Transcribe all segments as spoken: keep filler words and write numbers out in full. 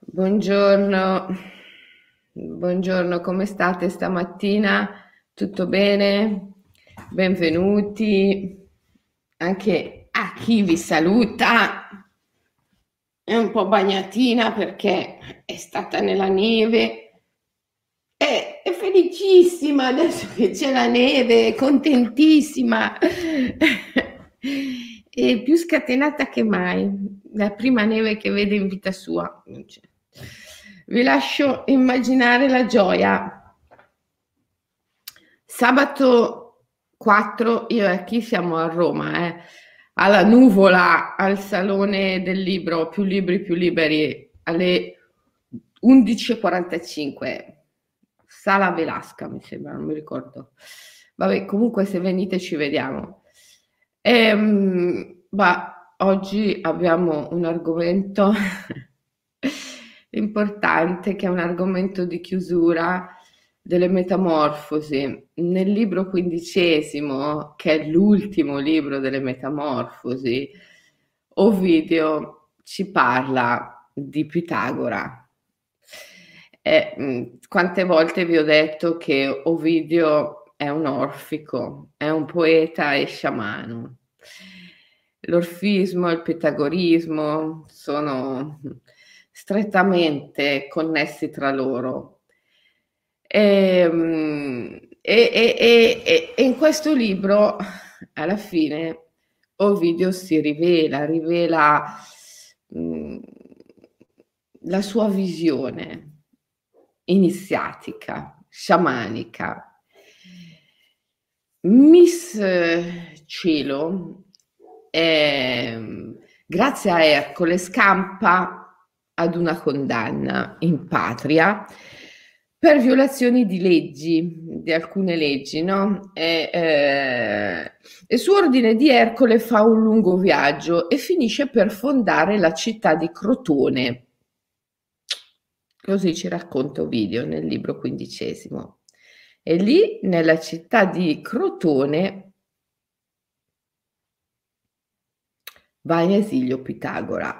Buongiorno, buongiorno, come state stamattina? Tutto bene? Benvenuti anche a chi vi saluta. È un po' bagnatina perché è stata nella neve. È, è felicissima adesso che c'è la neve, è contentissima. E più scatenata che mai. La prima neve che vede in vita sua. Non c'è. Vi lascio immaginare la gioia. Sabato quattro, io e chi siamo a Roma, eh, alla Nuvola, al Salone del Libro, più libri, più liberi, alle undici e quarantacinque, Sala Velasca, mi sembra, non mi ricordo. Vabbè, comunque se venite ci vediamo. Ehm, ma oggi abbiamo un argomento importante, che è un argomento di chiusura delle Metamorfosi. Nel libro quindicesimo, che è l'ultimo libro delle Metamorfosi, Ovidio ci parla di Pitagora. E, mh, quante volte vi ho detto che Ovidio è un orfico, è un poeta e sciamano. L'orfismo e il pitagorismo sono strettamente connessi tra loro. Ehm, E, e- e- e- e in questo libro, alla fine, Ovidio si rivela, rivela mh, la sua visione iniziatica, sciamanica. Miss eh, Cielo, ehm, grazie a Ercole, scampa ad una condanna in patria per violazioni di leggi, di alcune leggi, no? E, eh, e su ordine di Ercole fa un lungo viaggio e finisce per fondare la città di Crotone. Così ci racconta Ovidio nel libro quindicesimo. E lì, nella città di Crotone, va in esilio Pitagora.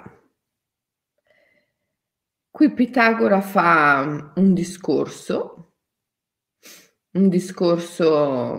Qui Pitagora fa un discorso, un discorso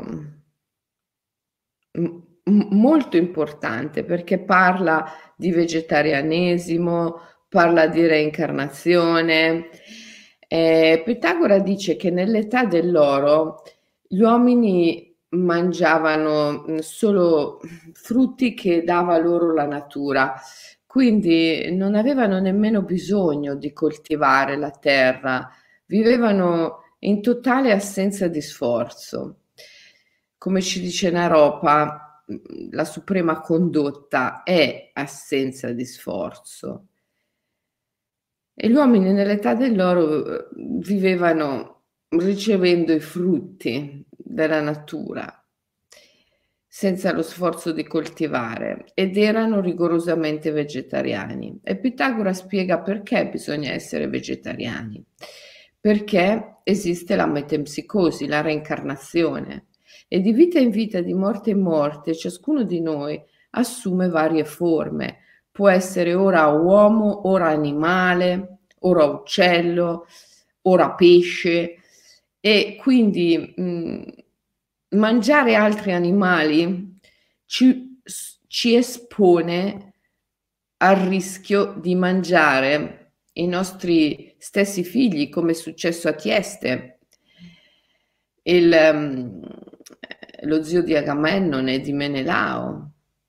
m- m- molto importante perché parla di vegetarianesimo, parla di reincarnazione. Eh, Pitagora dice che nell'età dell'oro gli uomini mangiavano mh, solo frutti che dava loro la natura, quindi non avevano nemmeno bisogno di coltivare la terra, vivevano in totale assenza di sforzo. Come ci dice Naropa, la suprema condotta è assenza di sforzo. E gli uomini nell'età dell'oro eh, vivevano ricevendo i frutti della natura, senza lo sforzo di coltivare, ed erano rigorosamente vegetariani. E Pitagora spiega perché bisogna essere vegetariani. Perché esiste la metempsicosi, la reincarnazione, e di vita in vita, di morte in morte, ciascuno di noi assume varie forme. Può essere ora uomo, ora animale, ora uccello, ora pesce, e quindi mh, mangiare altri animali ci, ci espone al rischio di mangiare i nostri stessi figli, come è successo a Tieste. Il, um, lo zio di Agamennone e di Menelao.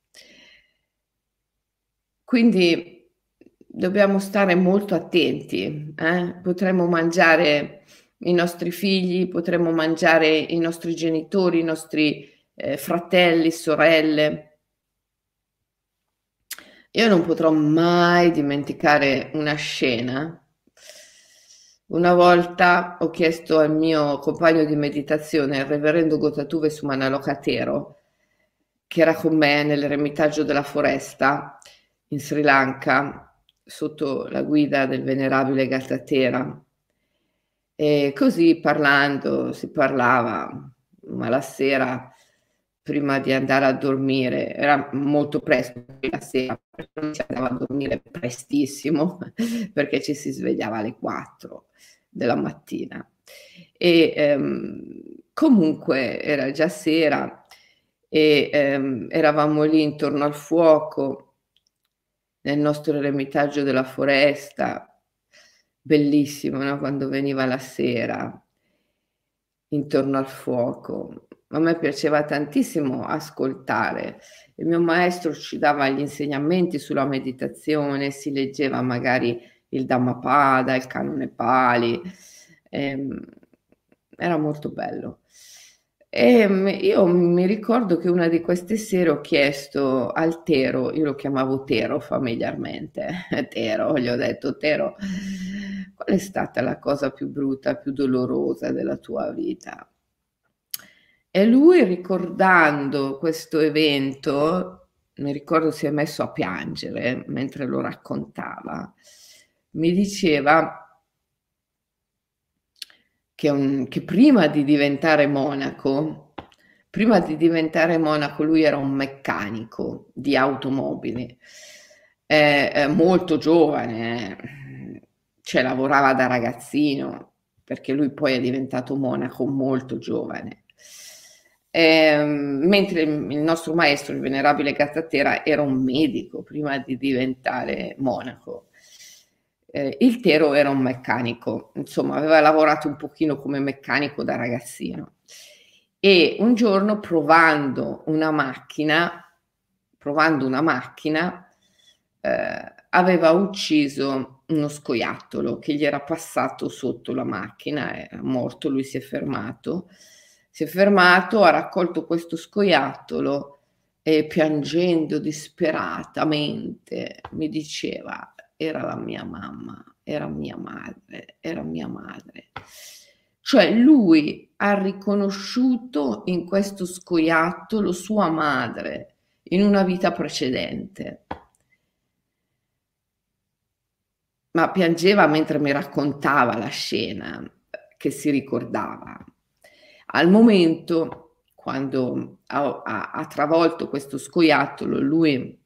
Quindi dobbiamo stare molto attenti, eh? Potremmo mangiare i nostri figli, potremmo mangiare i nostri genitori, i nostri eh, fratelli, sorelle. Io non potrò mai dimenticare una scena. Una volta ho chiesto al mio compagno di meditazione, il reverendo Gotatuve Sumanalokatero, che era con me nell'eremitaggio della foresta in Sri Lanka, sotto la guida del venerabile Gattatera. E così parlando, si parlava, ma la sera prima di andare a dormire, era molto presto la sera, si andava a dormire prestissimo perché ci si svegliava alle quattro della mattina. E, ehm, comunque era già sera e, ehm, eravamo lì intorno al fuoco, nel nostro eremitaggio della foresta, bellissimo, no, quando veniva la sera, intorno al fuoco. A me piaceva tantissimo ascoltare. Il mio maestro ci dava gli insegnamenti sulla meditazione, si leggeva magari il Dhammapada, il Canone Pali, ehm, era molto bello. Ehm, io mi ricordo che una di queste sere ho chiesto al Tero, io lo chiamavo Tero familiarmente, Tero, gli ho detto: "Tero, qual è stata la cosa più brutta, più dolorosa della tua vita?" E lui, ricordando questo evento, mi ricordo si è messo a piangere mentre lo raccontava. Mi diceva che un che prima di diventare monaco prima di diventare monaco lui era un meccanico di automobili, ehm, ehm, molto giovane, eh, cioè lavorava da ragazzino, perché lui poi è diventato monaco molto giovane. Ehm, mentre il il nostro maestro, il venerabile Gattaterra, era un medico prima di diventare monaco. Ehm, il Tero era un meccanico, insomma aveva lavorato un pochino come meccanico da ragazzino. E un giorno provando una macchina provando una macchina, ehm, aveva ucciso uno scoiattolo che gli era passato sotto la macchina, era morto, lui si è fermato. Si è fermato, ha raccolto questo scoiattolo e piangendo disperatamente mi diceva: "Era la mia mamma, era mia madre, era mia madre." Cioè lui ha riconosciuto in questo scoiattolo sua madre in una vita precedente. Ma piangeva mentre mi raccontava la scena, ehm, che si ricordava. Al momento, quando ha ha ha travolto questo scoiattolo, lui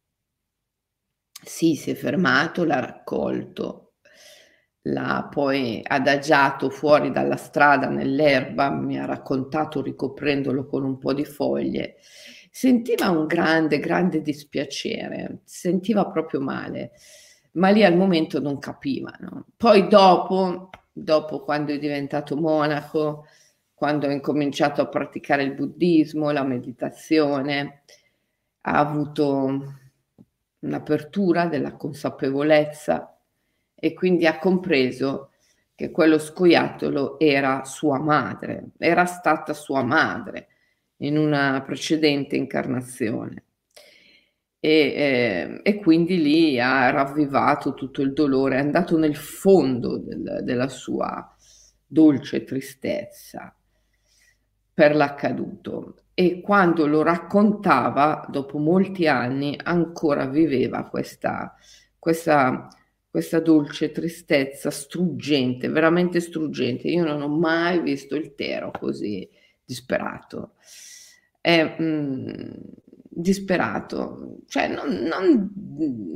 sì, si è fermato, l'ha raccolto, l'ha poi adagiato fuori dalla strada nell'erba, mi ha raccontato ricoprendolo con un po' di foglie. Sentiva un grande, grande dispiacere, sentiva proprio male, ma lì al momento non capiva, no. Poi dopo dopo quando è diventato monaco, quando ha incominciato a praticare il buddismo, la meditazione, ha avuto un'apertura della consapevolezza e quindi ha compreso che quello scoiattolo era sua madre, era stata sua madre in una precedente incarnazione. E, ehm, e quindi lì ha ravvivato tutto il dolore, è andato nel fondo del della sua dolce tristezza per l'accaduto e quando lo raccontava, dopo molti anni, ancora viveva questa questa questa dolce tristezza struggente, veramente struggente. Io non ho mai visto il Tero così disperato. È, mhmm, disperato, cioè non non mhmm,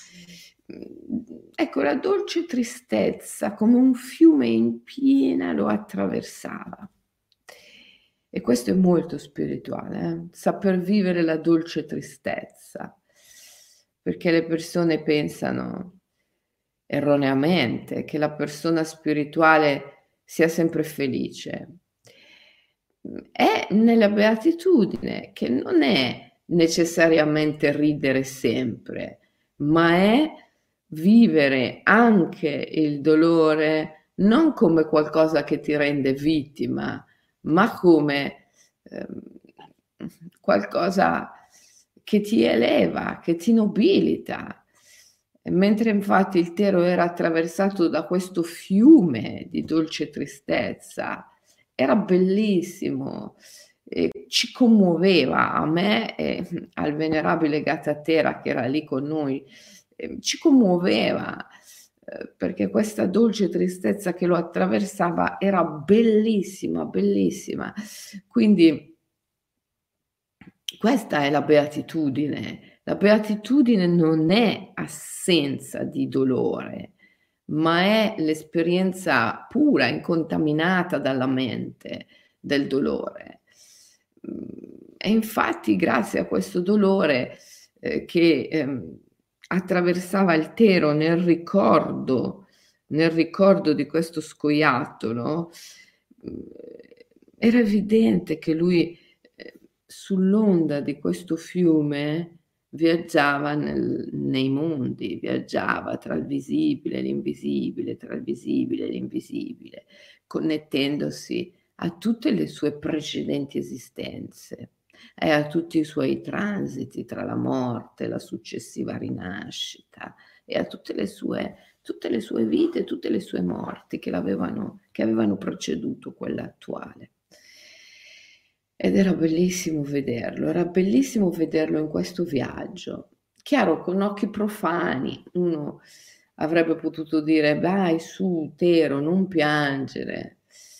ecco, la dolce tristezza come un fiume in piena lo attraversava. E questo è molto spirituale, eh, saper vivere la dolce tristezza, perché le persone pensano erroneamente che la persona spirituale sia sempre felice. Mhmm, è nella beatitudine che non è necessariamente ridere sempre, ma è vivere anche il dolore non come qualcosa che ti rende vittima, ma come, ehm, qualcosa che ti eleva, che ti nobilita. E mentre infatti il Tero era attraversato da questo fiume di dolce tristezza, era bellissimo, e ci commuoveva a me e, mhmm, al venerabile Gattaterra che era lì con noi, ehm, ci commuoveva, ehm, perché questa dolce tristezza che lo attraversava era bellissima, bellissima. Quindi Questa è la beatitudine. La beatitudine non è assenza di dolore, ma è l'esperienza pura, incontaminata dalla mente del dolore. Mhmm, e infatti grazie a questo dolore, ehm, che, ehm, attraversava il Tero nel ricordo nel ricordo di questo scoiattolo, mhmm, era evidente che lui, ehm, sull'onda di questo fiume viaggiava nel nei mondi, viaggiava tra il visibile e l'invisibile, tra il visibile e l'invisibile, connettendosi a tutte le sue precedenti esistenze e a tutti i suoi transiti tra la morte e la successiva rinascita e a tutte le sue tutte le sue vite, tutte le sue morti che l'avevano che avevano preceduto quella attuale. Ed era bellissimo vederlo, era bellissimo vederlo in questo viaggio. Chiaro, con occhi profani, uno avrebbe potuto dire: "Dai su Tero, non piangere".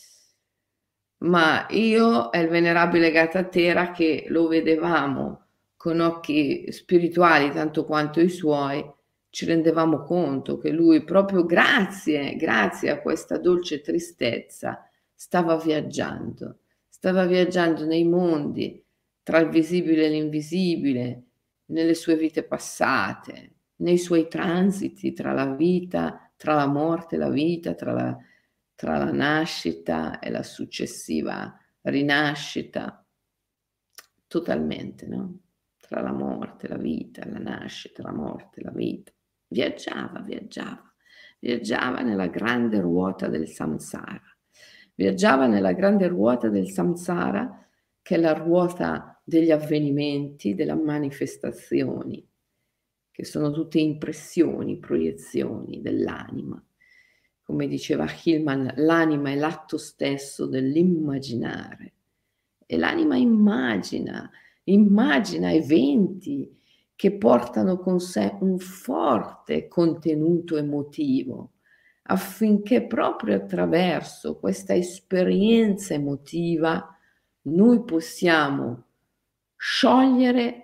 Ma io e il venerabile Gatatera, che lo vedevamo con occhi spirituali tanto quanto i suoi, ci rendevamo conto che lui proprio grazie, grazie a questa dolce tristezza stava viaggiando, stava viaggiando nei mondi tra il visibile e l'invisibile, nelle sue vite passate, nei suoi transiti tra la vita, tra la morte e la vita, tra la tra la nascita e la successiva rinascita, totalmente, no, tra la morte, la vita, la nascita, la morte, la vita. Viaggiava, viaggiava, viaggiava nella grande ruota del samsara. Viaggiava nella grande ruota del samsara, che è la ruota degli avvenimenti, delle manifestazioni, che sono tutte impressioni, proiezioni dell'anima. Come diceva Hillman, l'anima è l'atto stesso dell'immaginare e l'anima immagina, immagina eventi che portano con sé un forte contenuto emotivo, affinché proprio attraverso questa esperienza emotiva noi possiamo sciogliere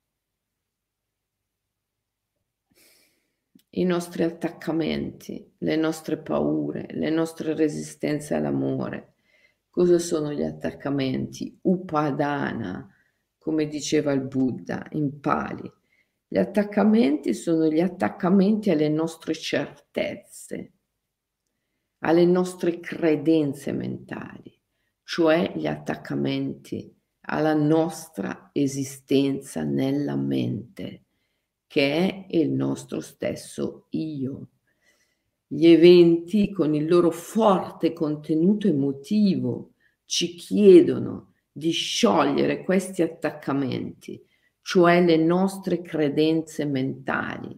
i nostri attaccamenti, le nostre paure, le nostre resistenze all'amore. Cosa sono gli attaccamenti? Upadana, come diceva il Buddha in Pali. Gli attaccamenti sono gli attaccamenti alle nostre certezze, alle nostre credenze mentali, cioè gli attaccamenti alla nostra esistenza nella mente, che è il nostro stesso io. Gli eventi con il loro forte contenuto emotivo ci chiedono di sciogliere questi attaccamenti, cioè le nostre credenze mentali,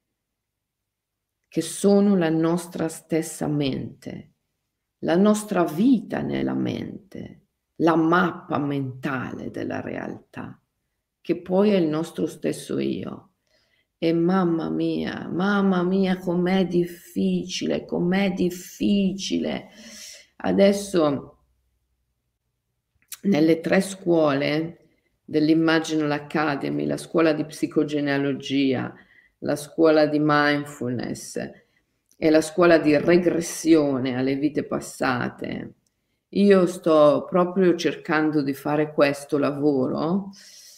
che sono la nostra stessa mente, la nostra vita nella mente, la mappa mentale della realtà, che poi è il nostro stesso io. E mamma mia, mamma mia, com'è difficile, com'è difficile. Adesso nelle tre scuole dell'Imaginal Academy, la scuola di psicogenealogia, la scuola di mindfulness e la scuola di regressione alle vite passate, io sto proprio cercando di fare questo lavoro.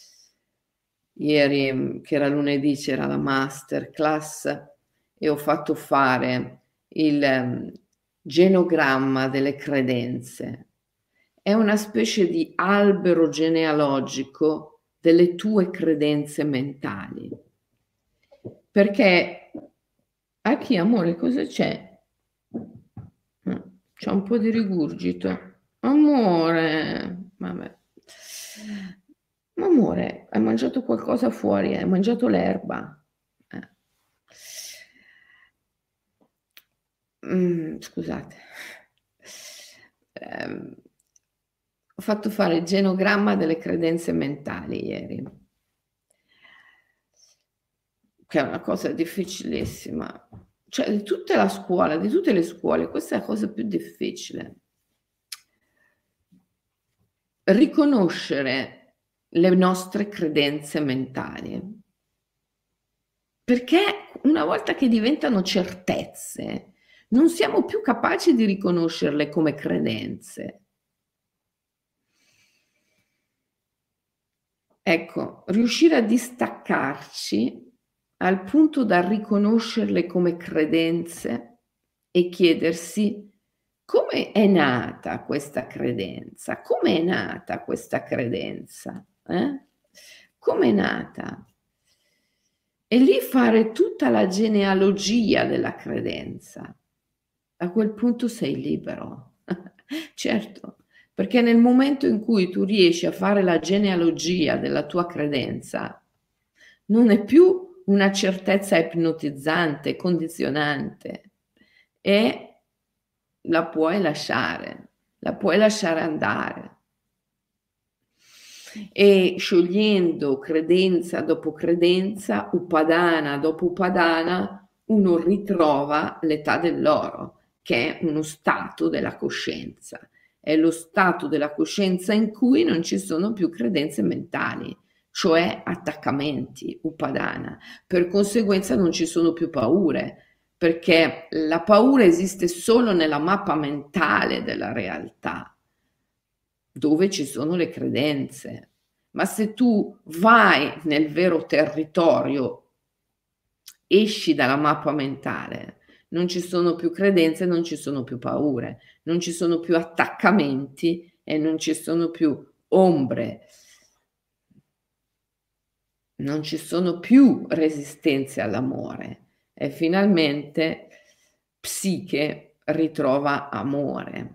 Ieri, che era lunedì, c'era la masterclass e ho fatto fare il genogramma delle credenze. È una specie di albero genealogico delle tue credenze mentali. Perché a chi, amore, cosa c'è? C'è un po' di rigurgito. Amore, vabbè. Ma amore, hai mangiato qualcosa fuori? Hai mangiato l'erba? Eh. Mm, scusate. Eh, ho fatto fare il genogramma delle credenze mentali ieri, che è una cosa difficilissima. Cioè, di tutta la scuola, di tutte le scuole, questa è la cosa più difficile. Riconoscere le nostre credenze mentali. Perché una volta che diventano certezze, non siamo più capaci di riconoscerle come credenze. Ecco, riuscire a distaccarci al punto da riconoscerle come credenze e chiedersi: come è nata questa credenza? Come è nata questa credenza? Eh? Come è nata? E lì fare tutta la genealogia della credenza. A quel punto sei libero. Certo, perché nel momento in cui tu riesci a fare la genealogia della tua credenza, non è più una certezza ipnotizzante, condizionante, e la puoi lasciare, la puoi lasciare andare. E sciogliendo credenza dopo credenza, upadana dopo upadana, uno ritrova l'età dell'oro, che è uno stato della coscienza. È lo stato della coscienza in cui non ci sono più credenze mentali, cioè attaccamenti, upadana. Per conseguenza non ci sono più paure, perché la paura esiste solo nella mappa mentale della realtà, dove ci sono le credenze. Ma se tu vai nel vero territorio, esci dalla mappa mentale, non ci sono più credenze, non ci sono più paure, non ci sono più attaccamenti e non ci sono più ombre, non ci sono più resistenze all'amore e finalmente psiche ritrova amore.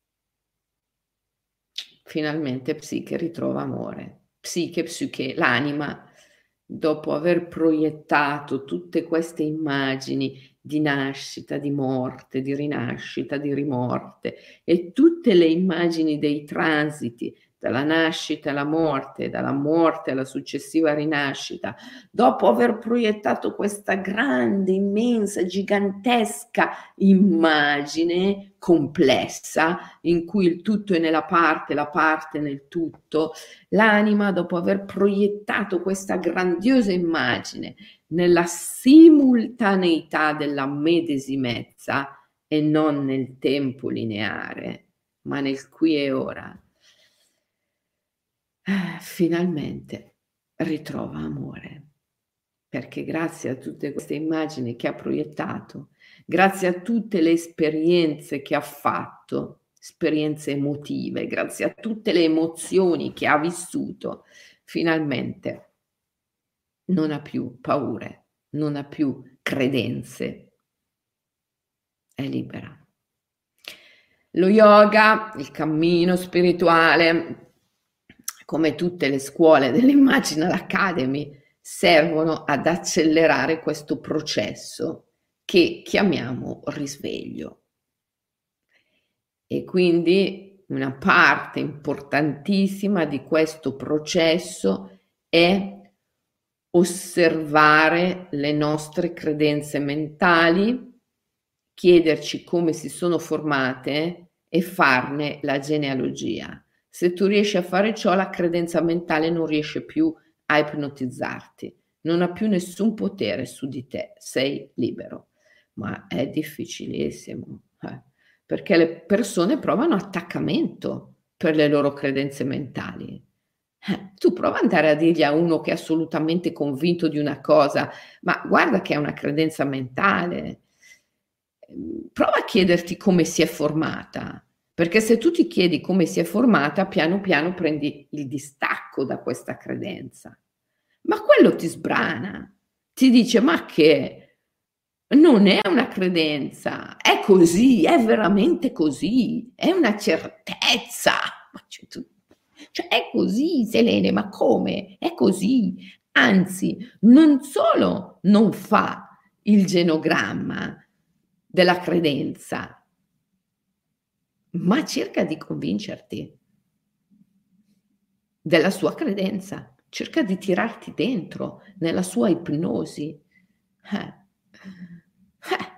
Finalmente psiche ritrova amore. Psiche, psiche, l'anima, dopo aver proiettato tutte queste immagini di nascita, di morte, di rinascita, di rimorte e tutte le immagini dei transiti dalla nascita alla morte, dalla morte alla successiva rinascita, dopo aver proiettato questa grande, immensa, gigantesca immagine complessa in cui il tutto è nella parte, la parte nel tutto, l'anima, dopo aver proiettato questa grandiosa immagine nella simultaneità della medesimezza e non nel tempo lineare, ma nel qui e ora, finalmente ritrova amore, perché grazie a tutte queste immagini che ha proiettato, grazie a tutte le esperienze che ha fatto, esperienze emotive, grazie a tutte le emozioni che ha vissuto, finalmente non ha più paure, non ha più credenze, è libera. Lo yoga, il cammino spirituale, come tutte le scuole dell'Imaginal Academy, servono ad accelerare questo processo che chiamiamo risveglio. E quindi una parte importantissima di questo processo è osservare le nostre credenze mentali, chiederci come si sono formate e farne la genealogia. Se tu riesci a fare ciò, la credenza mentale non riesce più a ipnotizzarti, non ha più nessun potere su di te, sei libero. Ma è difficilissimo, eh, perché le persone provano attaccamento per le loro credenze mentali. Eh, tu prova ad andare a dirgli a uno che è assolutamente convinto di una cosa, ma guarda che è una credenza mentale. Ehm, prova a chiederti come si è formata, perché se tu ti chiedi come si è formata, piano piano prendi il distacco da questa credenza. Ma quello ti sbrana, ti dice: "Ma che? Non è una credenza, è così, è veramente così, è una certezza." Ma cioè tu cioè è così Selene, ma come? È così. Anzi, non solo non fa il genogramma della credenza, ma cerca di convincerti della sua credenza, cerca di tirarti dentro nella sua ipnosi. Eh. Eh.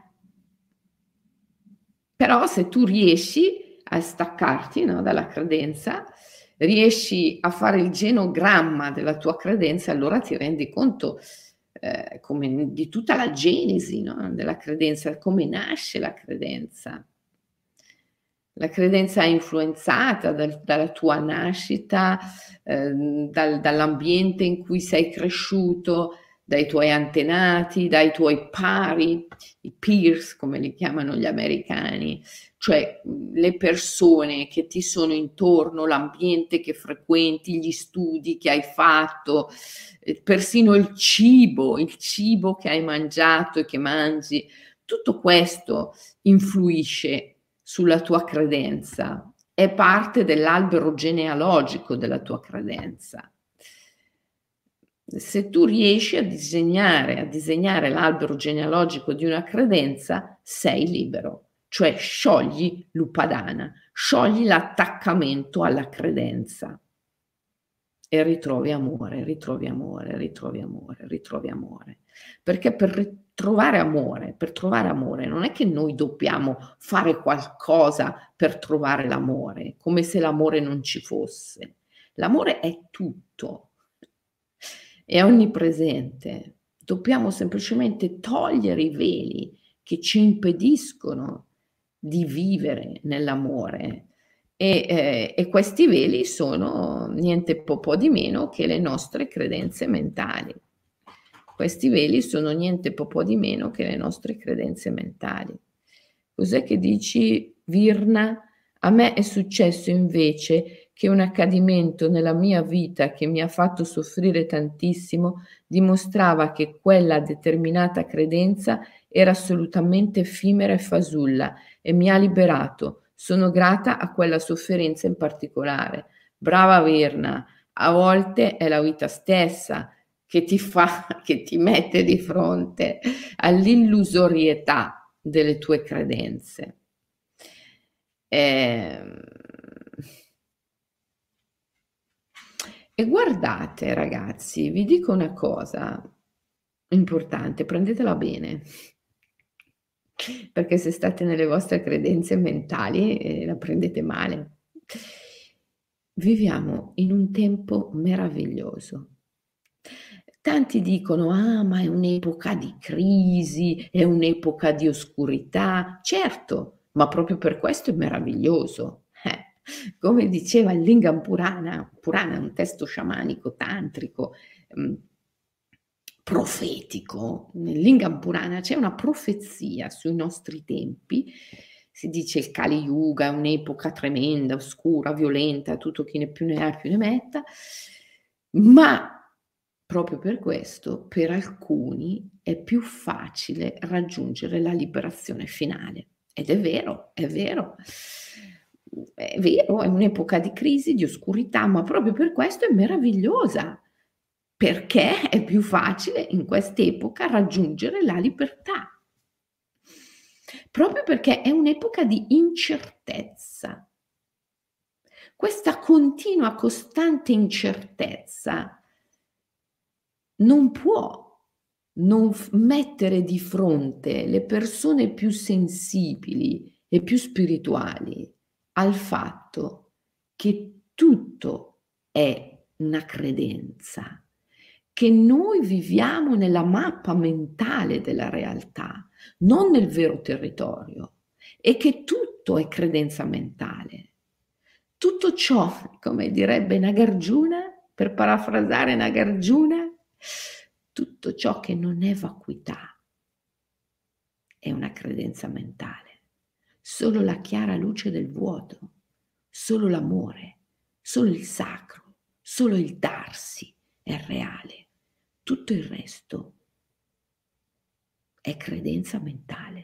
Però se tu riesci a staccarti, no, dalla credenza, riesci a fare il genogramma della tua credenza, allora ti rendi conto eh, come, di tutta la genesi, no? Della credenza, come nasce la credenza. La credenza è influenzata dal, dalla tua nascita, eh, dal, dall'ambiente in cui sei cresciuto, dai tuoi antenati, dai tuoi pari, i peers come li chiamano gli americani, cioè le persone che ti sono intorno, l'ambiente che frequenti, gli studi che hai fatto, persino il cibo, il cibo che hai mangiato e che mangi, tutto questo influisce sulla tua credenza, è parte dell'albero genealogico della tua credenza. Se tu riesci a disegnare, a disegnare l'albero genealogico di una credenza, sei libero, cioè sciogli l'upadana, sciogli l'attaccamento alla credenza e ritrovi amore, ritrovi amore, ritrovi amore, ritrovi amore. Perché per trovare amore, per trovare amore, non è che noi dobbiamo fare qualcosa per trovare l'amore, come se l'amore non ci fosse. L'amore è tutto, è onnipresente. Dobbiamo semplicemente togliere i veli che ci impediscono di vivere nell'amore. E, eh, e questi veli sono niente po' di meno che le nostre credenze mentali. Questi veli sono niente po' di meno che le nostre credenze mentali. Cos'è che dici, Virna? A me è successo invece che un accadimento nella mia vita che mi ha fatto soffrire tantissimo dimostrava che quella determinata credenza era assolutamente effimera e fasulla e mi ha liberato. Sono grata a quella sofferenza in particolare. Brava Virna, a volte è la vita stessa che ti fa, che ti mette di fronte all'illusorietà delle tue credenze. E, e guardate ragazzi, vi dico una cosa importante, prendetela bene, perché se state nelle vostre credenze mentali eh, la prendete male. Viviamo in un tempo meraviglioso. Tanti dicono, ah, ma è un'epoca di crisi, è un'epoca di oscurità. Certo, ma proprio per questo è meraviglioso. Eh, come diceva il Lingam Purana, Purana è un testo sciamanico, tantrico, mh, profetico. Nel Lingam Purana c'è una profezia sui nostri tempi. Si dice il Kali Yuga è un'epoca tremenda, oscura, violenta, tutto chi ne più ne ha più ne metta, ma proprio per questo, per alcuni è più facile raggiungere la liberazione finale. Ed è vero, è vero, è vero, è un'epoca di crisi, di oscurità, ma proprio per questo è meravigliosa, perché è più facile in quest'epoca raggiungere la libertà. Proprio perché è un'epoca di incertezza. Questa continua, costante incertezza non può non mettere di fronte le persone più sensibili e più spirituali al fatto che tutto è una credenza, che noi viviamo nella mappa mentale della realtà, non nel vero territorio, e che tutto è credenza mentale. Tutto ciò, come direbbe Nagarjuna, per parafrasare Nagarjuna, tutto ciò che non è vacuità è una credenza mentale. Solo la chiara luce del vuoto, solo l'amore, solo il sacro, solo il darsi è reale. Tutto il resto è credenza mentale.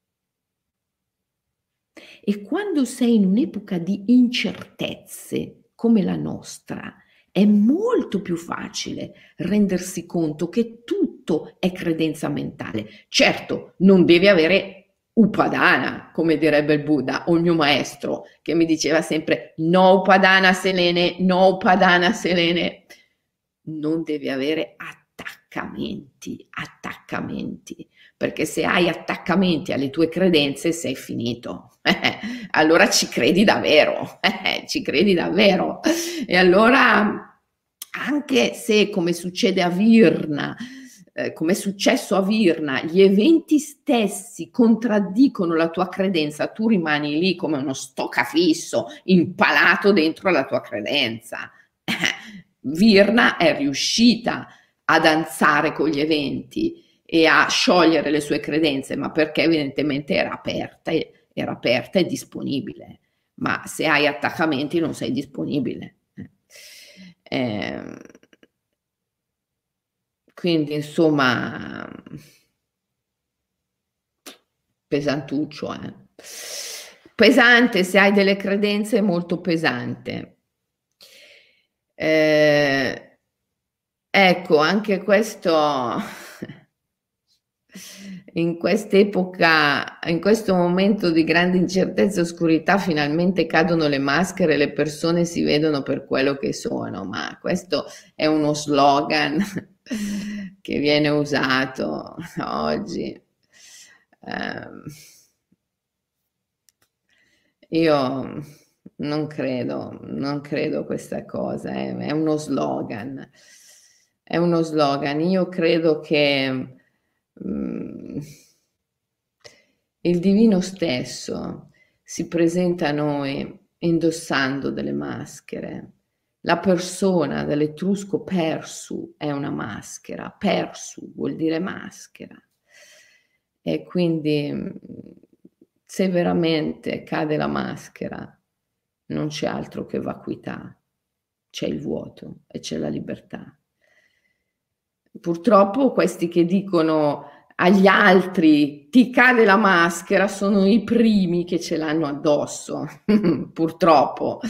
E quando sei in un'epoca di incertezze come la nostra, è molto più facile rendersi conto che tutto è credenza mentale. Certo, non devi avere upadana, come direbbe il Buddha o il mio maestro, che mi diceva sempre no upadana selene, no upadana selene. Non devi avere attaccamenti, attaccamenti, perché se hai attaccamenti alle tue credenze sei finito. Allora ci credi davvero, ci credi davvero. E allora, anche se, come succede a Virna, eh, come è successo a Virna, gli eventi stessi contraddicono la tua credenza, tu rimani lì come uno stoccafisso, impalato dentro la tua credenza. Virna è riuscita a danzare con gli eventi e a sciogliere le sue credenze, ma perché evidentemente era aperta, era aperta e disponibile. Ma se hai attaccamenti non sei disponibile. Eh, quindi insomma, pesantuccio, eh. Pesante, se hai delle credenze, è molto pesante. Eh, ecco, anche questo, in quest'epoca, in questo momento di grande incertezza e oscurità, finalmente cadono le maschere e le persone si vedono per quello che sono, ma questo è uno slogan che viene usato oggi. Um, io non credo, non credo questa cosa, è, è uno slogan, è uno slogan. Io credo che um, il divino stesso si presenta a noi indossando delle maschere. La persona dell'etrusco Persu è una maschera, Persu vuol dire maschera. E quindi se veramente cade la maschera non c'è altro che vacuità, c'è il vuoto e c'è la libertà. Purtroppo questi che dicono agli altri ti cade la maschera sono i primi che ce l'hanno addosso, purtroppo.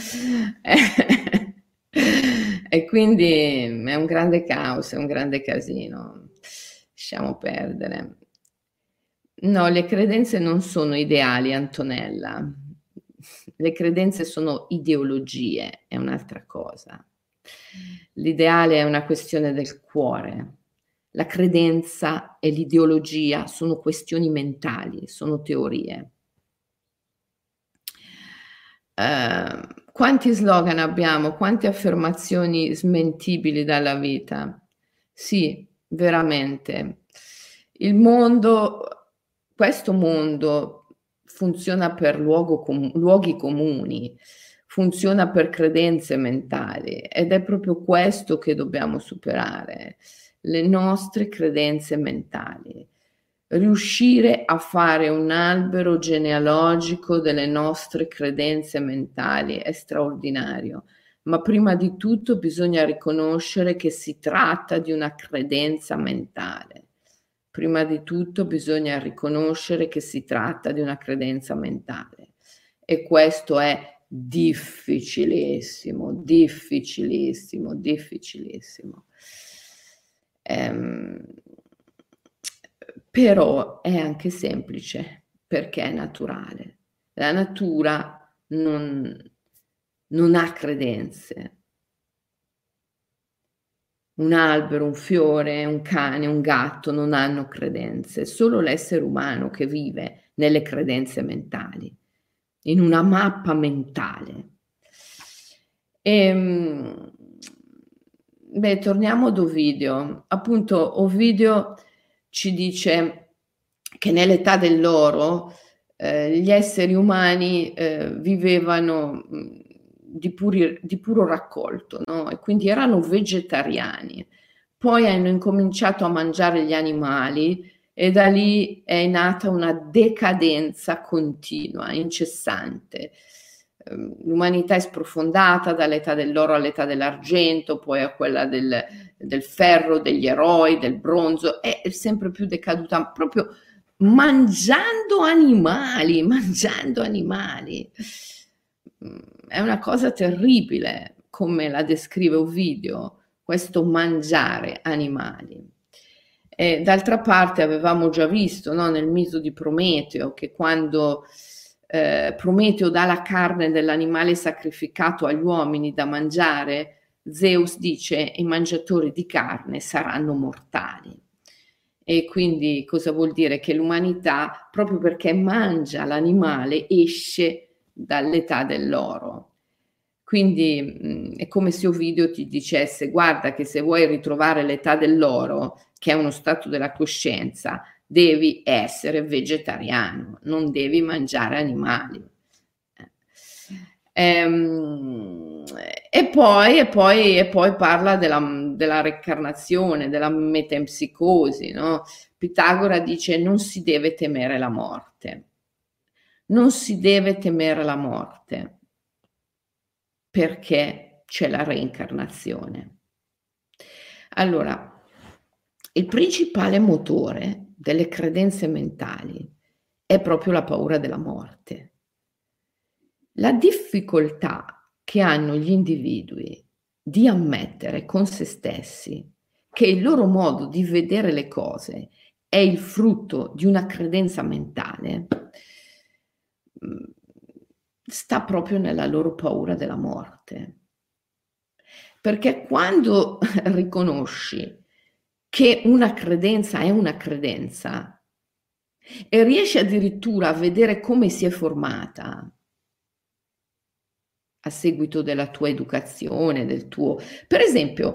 E quindi è un grande caos, è un grande casino. Lasciamo perdere. No, le credenze non sono ideali, Antonella. Le credenze sono ideologie, è un'altra cosa. L'ideale è una questione del cuore. La credenza e l'ideologia sono questioni mentali, sono teorie. Uh, quanti slogan abbiamo, quante affermazioni smentibili dalla vita? Sì, veramente. Il mondo, questo mondo funziona per luogo com- luoghi comuni, funziona per credenze mentali ed è proprio questo che dobbiamo superare, le nostre credenze mentali. Riuscire a fare un albero genealogico delle nostre credenze mentali è straordinario, ma prima di tutto bisogna riconoscere che si tratta di una credenza mentale. Prima di tutto bisogna riconoscere che si tratta di una credenza mentale e questo è difficilissimo, difficilissimo, difficilissimo. Ehm, però è anche semplice perché è naturale. La natura non, non ha credenze. Un albero, un fiore, un cane, un gatto non hanno credenze, solo l'essere umano che vive nelle credenze mentali, in una mappa mentale. E, beh, torniamo ad Ovidio. Appunto, Ovidio ci dice che nell'età dell'oro eh, gli esseri umani eh, vivevano di, puri, di puro raccolto, no? E quindi erano vegetariani. Poi hanno incominciato a mangiare gli animali e da lì è nata una decadenza continua, incessante. L'umanità è sprofondata dall'età dell'oro all'età dell'argento, poi a quella del, del ferro, degli eroi, del bronzo, è sempre più decaduta, proprio mangiando animali, mangiando animali. È una cosa terribile, come la descrive Ovidio, questo mangiare animali. E d'altra parte avevamo già visto, no, nel mito di Prometeo che quando eh, Prometeo dà la carne dell'animale sacrificato agli uomini da mangiare, Zeus dice i mangiatori di carne saranno mortali. E quindi cosa vuol dire? Che l'umanità, proprio perché mangia l'animale, esce dall'età dell'oro. Quindi mh, è come se Ovidio ti dicesse: guarda che se vuoi ritrovare l'età dell'oro, che è uno stato della coscienza, devi essere vegetariano, non devi mangiare animali. Ehm, e poi, e poi, e poi parla della, della reincarnazione, della metempsicosi, no? Pitagora dice: non si deve temere la morte, non si deve temere la morte, perché c'è la reincarnazione. Allora, il principale motore delle credenze mentali è proprio la paura della morte. La difficoltà che hanno gli individui di ammettere con se stessi che il loro modo di vedere le cose è il frutto di una credenza mentale sta proprio nella loro paura della morte. Perché quando riconosci che una credenza è una credenza e riesci addirittura a vedere come si è formata a seguito della tua educazione, del tuo... Per esempio,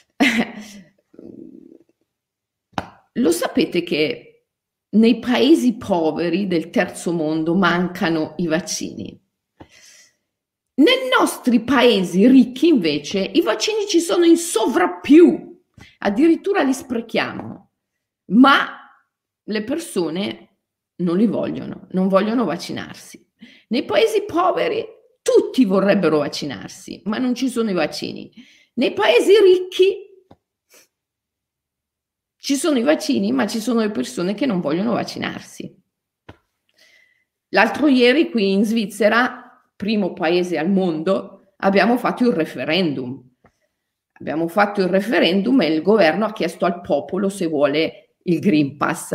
lo sapete che nei paesi poveri del terzo mondo mancano i vaccini? Nei nostri paesi ricchi invece i vaccini ci sono in sovrappiù, addirittura li sprechiamo, ma le persone non li vogliono, non vogliono vaccinarsi. Nei paesi poveri tutti vorrebbero vaccinarsi, ma non ci sono i vaccini. Nei paesi ricchi ci sono i vaccini, ma ci sono le persone che non vogliono vaccinarsi. L'altro ieri qui in Svizzera, primo paese al mondo, abbiamo fatto il referendum. Abbiamo fatto il referendum e il governo ha chiesto al popolo se vuole il Green Pass,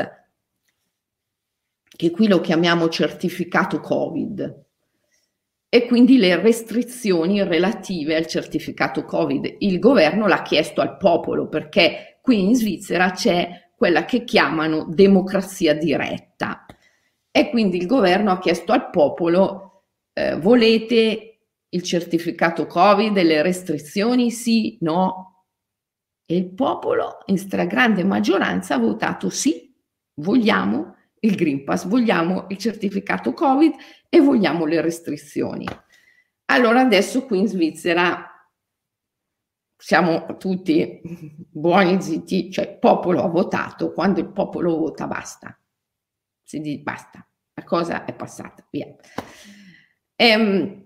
che qui lo chiamiamo certificato Covid. E quindi le restrizioni relative al certificato Covid. Il governo l'ha chiesto al popolo perché qui in Svizzera c'è quella che chiamano democrazia diretta. E quindi il governo ha chiesto al popolo: eh, volete il certificato Covid e le restrizioni? Sì, no? E il popolo in stragrande maggioranza ha votato sì, vogliamo il Green Pass, vogliamo il certificato Covid e vogliamo le restrizioni. Allora adesso qui in Svizzera siamo tutti buoni zitti, cioè il popolo ha votato, quando il popolo vota basta. Si dice basta, la cosa è passata, via. Ehm,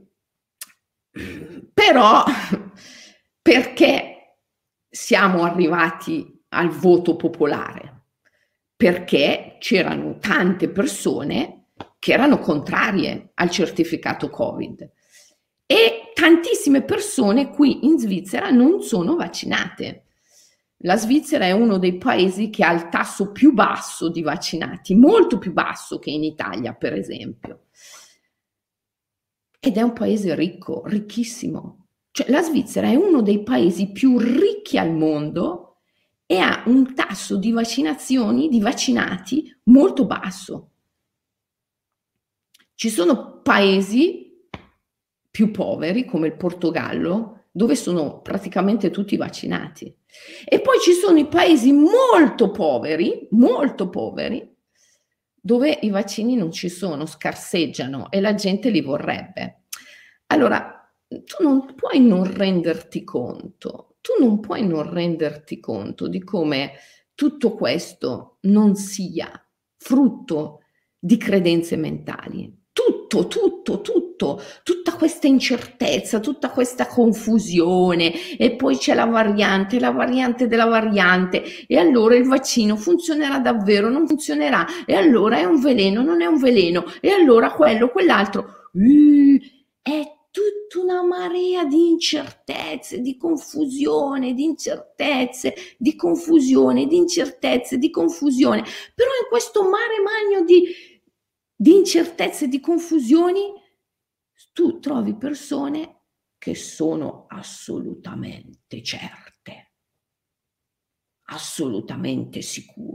però perché siamo arrivati al voto popolare? Perché c'erano tante persone che erano contrarie al certificato Covid e tantissime persone qui in Svizzera non sono vaccinate. La Svizzera è uno dei paesi che ha il tasso più basso di vaccinati, molto più basso che in Italia, per esempio. Ed è un paese ricco, ricchissimo. Cioè, la Svizzera è uno dei paesi più ricchi al mondo e ha un tasso di vaccinazioni, di vaccinati molto basso. Ci sono paesi più poveri, come il Portogallo, dove sono praticamente tutti vaccinati. E poi ci sono i paesi molto poveri, molto poveri, dove i vaccini non ci sono, scarseggiano e la gente li vorrebbe. Allora, tu non puoi non renderti conto, tu non puoi non renderti conto di come tutto questo non sia frutto di credenze mentali. Tutto, tutto, tutto, tutta questa incertezza, tutta questa confusione e poi c'è la variante, la variante della variante e allora il vaccino funzionerà davvero, non funzionerà e allora è un veleno, non è un veleno e allora quello, quell'altro. Uh, è tutta una marea di incertezze, di confusione, di incertezze, di confusione, di incertezze, di confusione. Però in questo mare magno di, di incertezze e di confusioni tu trovi persone che sono assolutamente certe, assolutamente sicure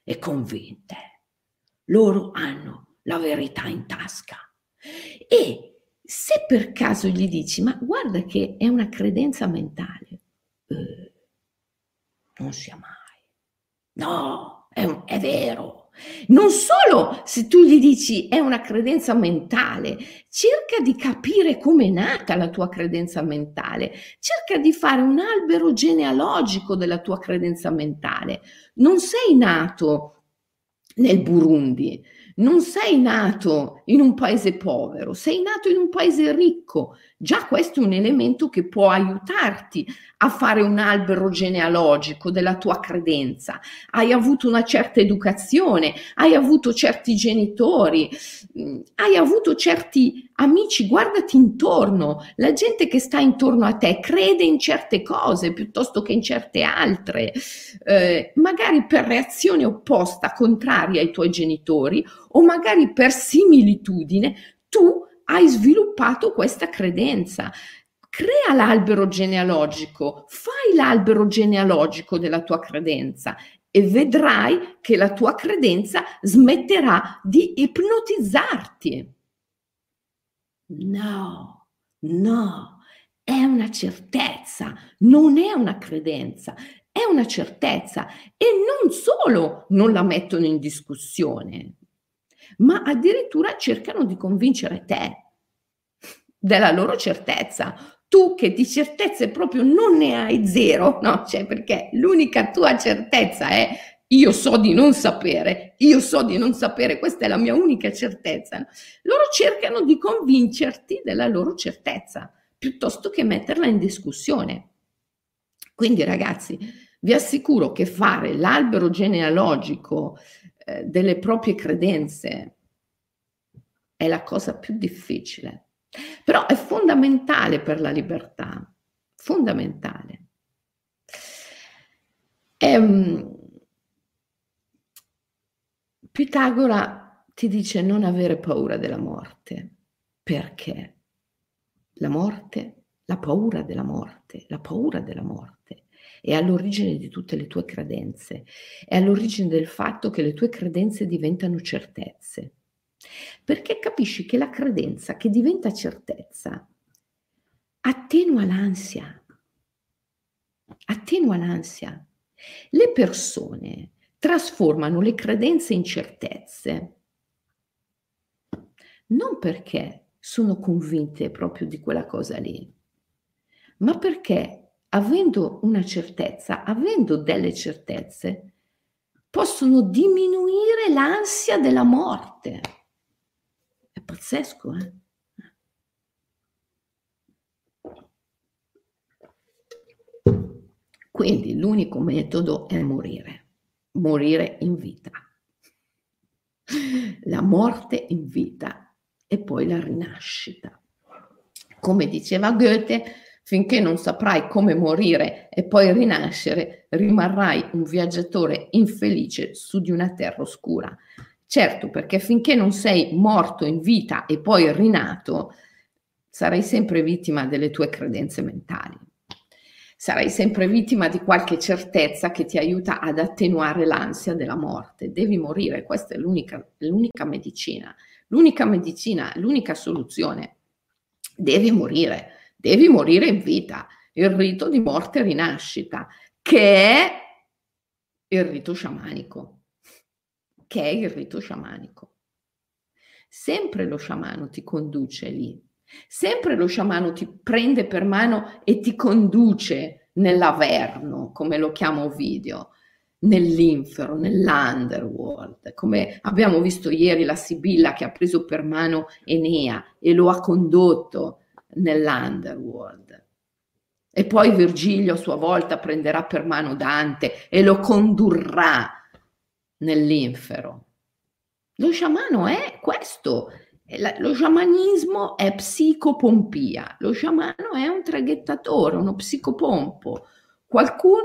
e convinte. Loro hanno la verità in tasca. E se per caso gli dici, ma guarda che è una credenza mentale, eh, non sia mai. No, è, un, è vero. Non solo se tu gli dici è una credenza mentale, cerca di capire come è nata la tua credenza mentale, cerca di fare un albero genealogico della tua credenza mentale. Non sei nato nel Burundi, non sei nato in un paese povero, sei nato in un paese ricco. Già questo è un elemento che può aiutarti a fare un albero genealogico della tua credenza. Hai avuto una certa educazione, hai avuto certi genitori, hai avuto certi amici, guardati intorno, la gente che sta intorno a te crede in certe cose piuttosto che in certe altre, eh, magari per reazione opposta, contraria ai tuoi genitori, o magari per similitudine tu hai sviluppato questa credenza. Crea l'albero genealogico, fai l'albero genealogico della tua credenza e vedrai che la tua credenza smetterà di ipnotizzarti. No, no, è una certezza, non è una credenza, è una certezza. E non solo non la mettono in discussione, ma addirittura cercano di convincere te della loro certezza. Tu che di certezze proprio non ne hai zero, no? Cioè, perché l'unica tua certezza è io so di non sapere, io so di non sapere, questa è la mia unica certezza. Loro cercano di convincerti della loro certezza, piuttosto che metterla in discussione. Quindi ragazzi, vi assicuro che fare l'albero genealogico eh, delle proprie credenze è la cosa più difficile. Però è fondamentale per la libertà, fondamentale. E, Pitagora ti dice non avere paura della morte, perché la morte, la paura della morte, la paura della morte è all'origine di tutte le tue credenze, è all'origine del fatto che le tue credenze diventano certezze. Perché capisci che la credenza che diventa certezza attenua l'ansia, attenua l'ansia. Le persone trasformano le credenze in certezze, non perché sono convinte proprio di quella cosa lì, ma perché avendo una certezza, avendo delle certezze, possono diminuire l'ansia della morte. È pazzesco, eh? Quindi l'unico metodo è morire, morire in vita. La morte in vita e poi la rinascita. Come diceva Goethe, finché non saprai come morire e poi rinascere, rimarrai un viaggiatore infelice su di una terra oscura. Certo, perché finché non sei morto in vita e poi rinato, sarai sempre vittima delle tue credenze mentali. Sarai sempre vittima di qualche certezza che ti aiuta ad attenuare l'ansia della morte. Devi morire, questa è l'unica, l'unica medicina, l'unica medicina, l'unica soluzione. Devi morire, devi morire in vita. Il rito di morte e rinascita, che è il rito sciamanico, che è il rito sciamanico. Sempre lo sciamano ti conduce lì. Sempre lo sciamano ti prende per mano e ti conduce nell'averno, come lo chiama Ovidio, nell'infero, nell'underworld, come abbiamo visto ieri la Sibilla che ha preso per mano Enea e lo ha condotto nell'underworld. E poi Virgilio a sua volta prenderà per mano Dante e lo condurrà nell'infero. Lo sciamano è questo. Lo sciamanismo è psicopompia, lo sciamano è un traghettatore, uno psicopompo, qualcuno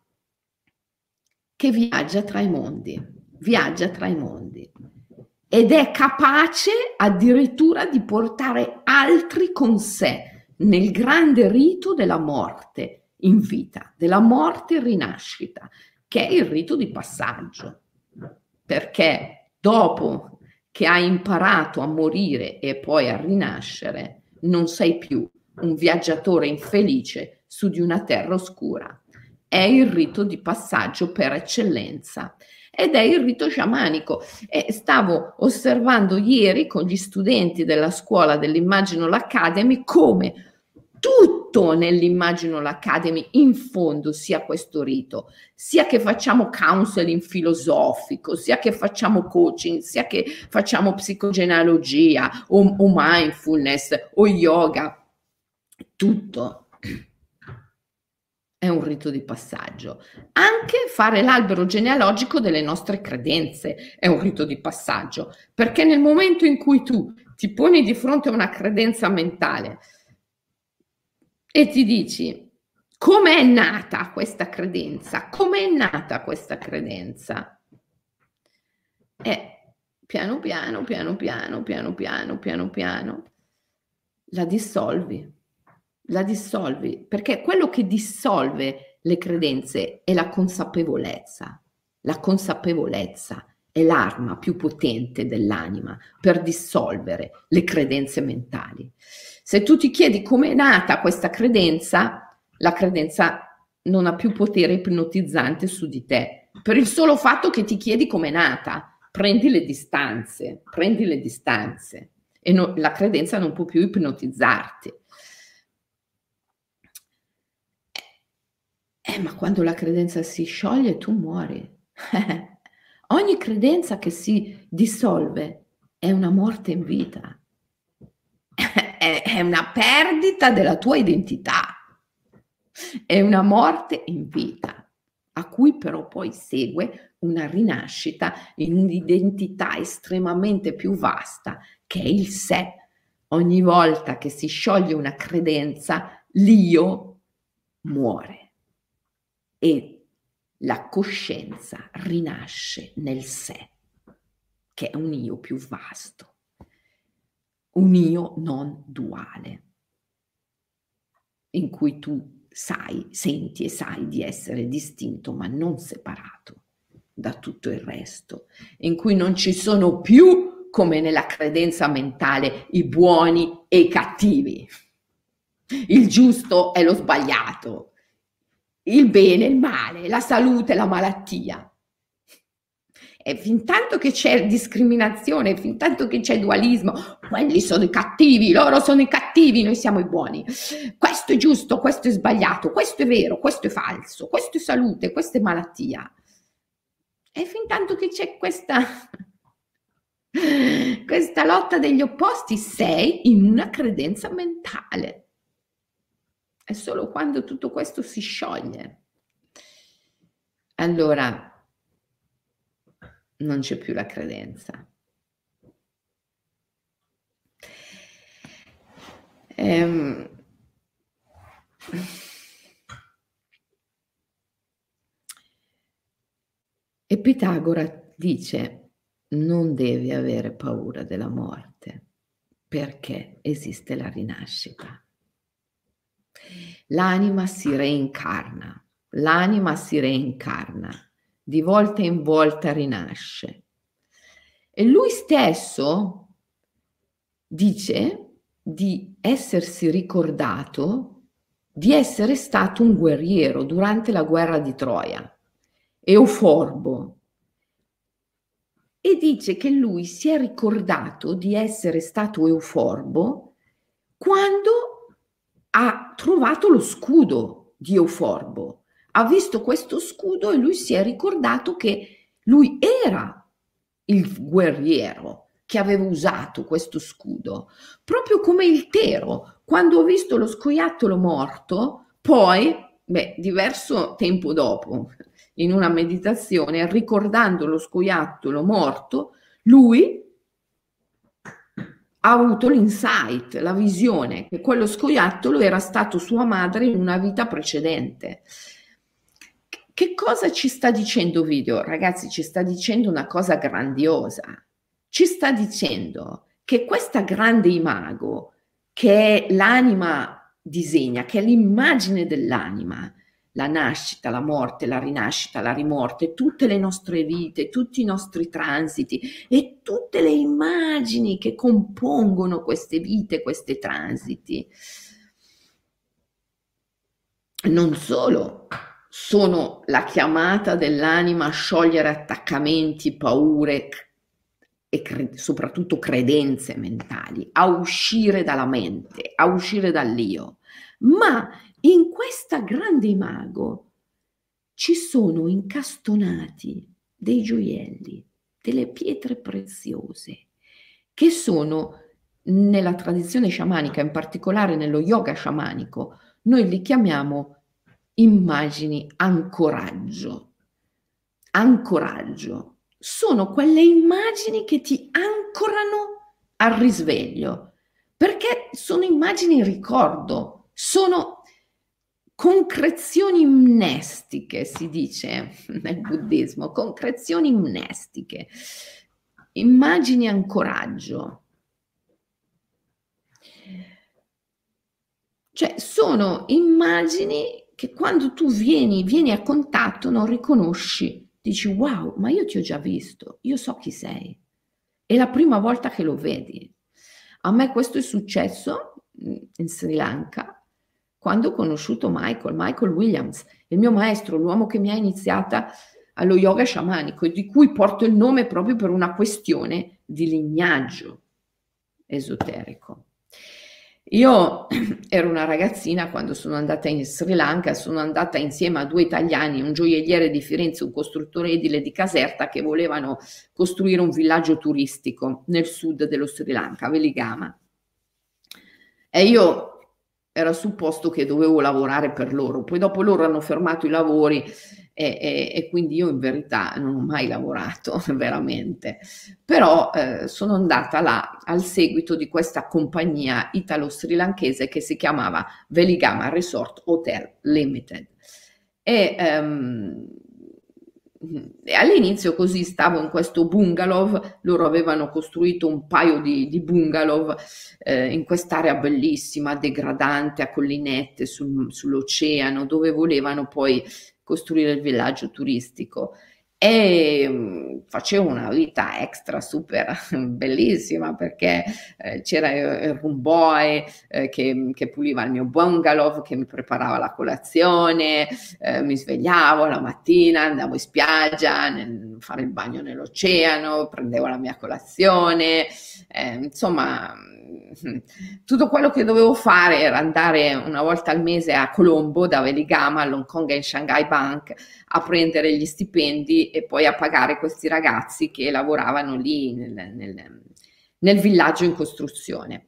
che viaggia tra i mondi, viaggia tra i mondi ed è capace addirittura di portare altri con sé nel grande rito della morte in vita, della morte e rinascita, che è il rito di passaggio. perché dopo che hai imparato a morire e poi a rinascere, non sei più un viaggiatore infelice su di una terra oscura. È il rito di passaggio per eccellenza ed è il rito sciamanico. E stavo osservando ieri con gli studenti della scuola dell'Imaginal Academy come tutto nell'Imaginal Academy in fondo sia questo rito, sia che facciamo counseling filosofico, sia che facciamo coaching, sia che facciamo psicogenealogia o, o mindfulness o yoga, tutto è un rito di passaggio. Anche fare l'albero genealogico delle nostre credenze è un rito di passaggio, perché nel momento in cui tu ti poni di fronte a una credenza mentale e ti dici come è nata questa credenza, come è nata questa credenza, e piano piano, piano piano, piano piano, piano piano, la dissolvi. La dissolvi, perché quello che dissolve le credenze è la consapevolezza. La consapevolezza è l'arma più potente dell'anima per dissolvere le credenze mentali. Se tu ti chiedi come è nata questa credenza, la credenza non ha più potere ipnotizzante su di te, per il solo fatto che ti chiedi come è nata. Prendi le distanze, prendi le distanze e no, la credenza non può più ipnotizzarti. Eh, ma quando la credenza si scioglie tu muori. Ogni credenza che si dissolve è una morte in vita, è una perdita della tua identità, è una morte in vita, a cui però poi segue una rinascita in un'identità estremamente più vasta che è il sé. Ogni volta che si scioglie una credenza, l'io muore. E la coscienza rinasce nel sé, che è un io più vasto, un io non duale, in cui tu sai, senti e sai di essere distinto ma non separato da tutto il resto, in cui non ci sono più, come nella credenza mentale, i buoni e i cattivi, il giusto e lo sbagliato, il bene e il male, la salute e la malattia. E fin tanto che c'è discriminazione, fin tanto che c'è dualismo, quelli sono i cattivi, loro sono i cattivi, noi siamo i buoni. Questo è giusto, questo è sbagliato, questo è vero, questo è falso, questo è salute, questo è malattia. E fin tanto che c'è questa, questa lotta degli opposti, sei in una credenza mentale. È solo quando tutto questo si scioglie, allora non c'è più la credenza. Ehm... E Pitagora dice: non devi avere paura della morte, perché esiste la rinascita. L'anima si reincarna, l'anima si reincarna, di volta in volta rinasce. E lui stesso dice di essersi ricordato di essere stato un guerriero durante la guerra di Troia, Euforbo, e dice che lui si è ricordato di essere stato Euforbo quando ha trovato lo scudo di Euforbo, ha visto questo scudo e lui si è ricordato che lui era il guerriero che aveva usato questo scudo, proprio come il Tero, quando ha visto lo scoiattolo morto, poi, beh, diverso tempo dopo, in una meditazione, ricordando lo scoiattolo morto, lui ha avuto l'insight, la visione, che quello scoiattolo era stato sua madre in una vita precedente. Che cosa ci sta dicendo Video? Ragazzi, ci sta dicendo una cosa grandiosa. Ci sta dicendo che questa grande imago, che l'anima disegna, che è l'immagine dell'anima, la nascita, la morte, la rinascita, la rimorte, tutte le nostre vite, tutti i nostri transiti e tutte le immagini che compongono queste vite, questi transiti. Non solo, sono la chiamata dell'anima a sciogliere attaccamenti, paure e cre- soprattutto credenze mentali, a uscire dalla mente, a uscire dall'io. Ma in questa grande imago ci sono incastonati dei gioielli, delle pietre preziose, che sono nella tradizione sciamanica, in particolare nello yoga sciamanico, noi li chiamiamo immagini ancoraggio. Ancoraggio. Sono quelle immagini che ti ancorano al risveglio, perché sono immagini ricordo, sono concrezioni mnestiche, si dice nel buddismo, concrezioni mnestiche, immagini ancoraggio. Cioè sono immagini che quando tu vieni, vieni a contatto non riconosci, dici wow, ma io ti ho già visto, io so chi sei, è la prima volta che lo vedi. A me questo è successo in Sri Lanka quando ho conosciuto Michael, Michael Williams, il mio maestro, l'uomo che mi ha iniziata allo yoga sciamanico e di cui porto il nome proprio per una questione di lignaggio esoterico. Io ero una ragazzina quando sono andata in Sri Lanka, sono andata insieme a due italiani, un gioielliere di Firenze, un costruttore edile di Caserta, che volevano costruire un villaggio turistico nel sud dello Sri Lanka, Veligama. E io era supposto che dovevo lavorare per loro, poi dopo loro hanno fermato i lavori e, e, e quindi io in verità non ho mai lavorato veramente, però eh, sono andata là al seguito di questa compagnia italo-srilankese che si chiamava Veligama Resort Hotel Limited e, um, e all'inizio così stavo in questo bungalow, loro avevano costruito un paio di, di bungalow eh, in quest'area bellissima, degradante, a collinette sul, sull'oceano, dove volevano poi costruire il villaggio turistico e mh, facevo una vita extra super bellissima perché eh, c'era il, il room boy eh, che, che puliva il mio bungalow, che mi preparava la colazione, eh, mi svegliavo la mattina, andavo in spiaggia, nel, fare il bagno nell'oceano, prendevo la mia colazione, eh, insomma tutto quello che dovevo fare era andare una volta al mese a Colombo, da Veligama, all'Hong Kong e Shanghai Bank a prendere gli stipendi e poi a pagare questi ragazzi che lavoravano lì nel, nel, nel villaggio in costruzione.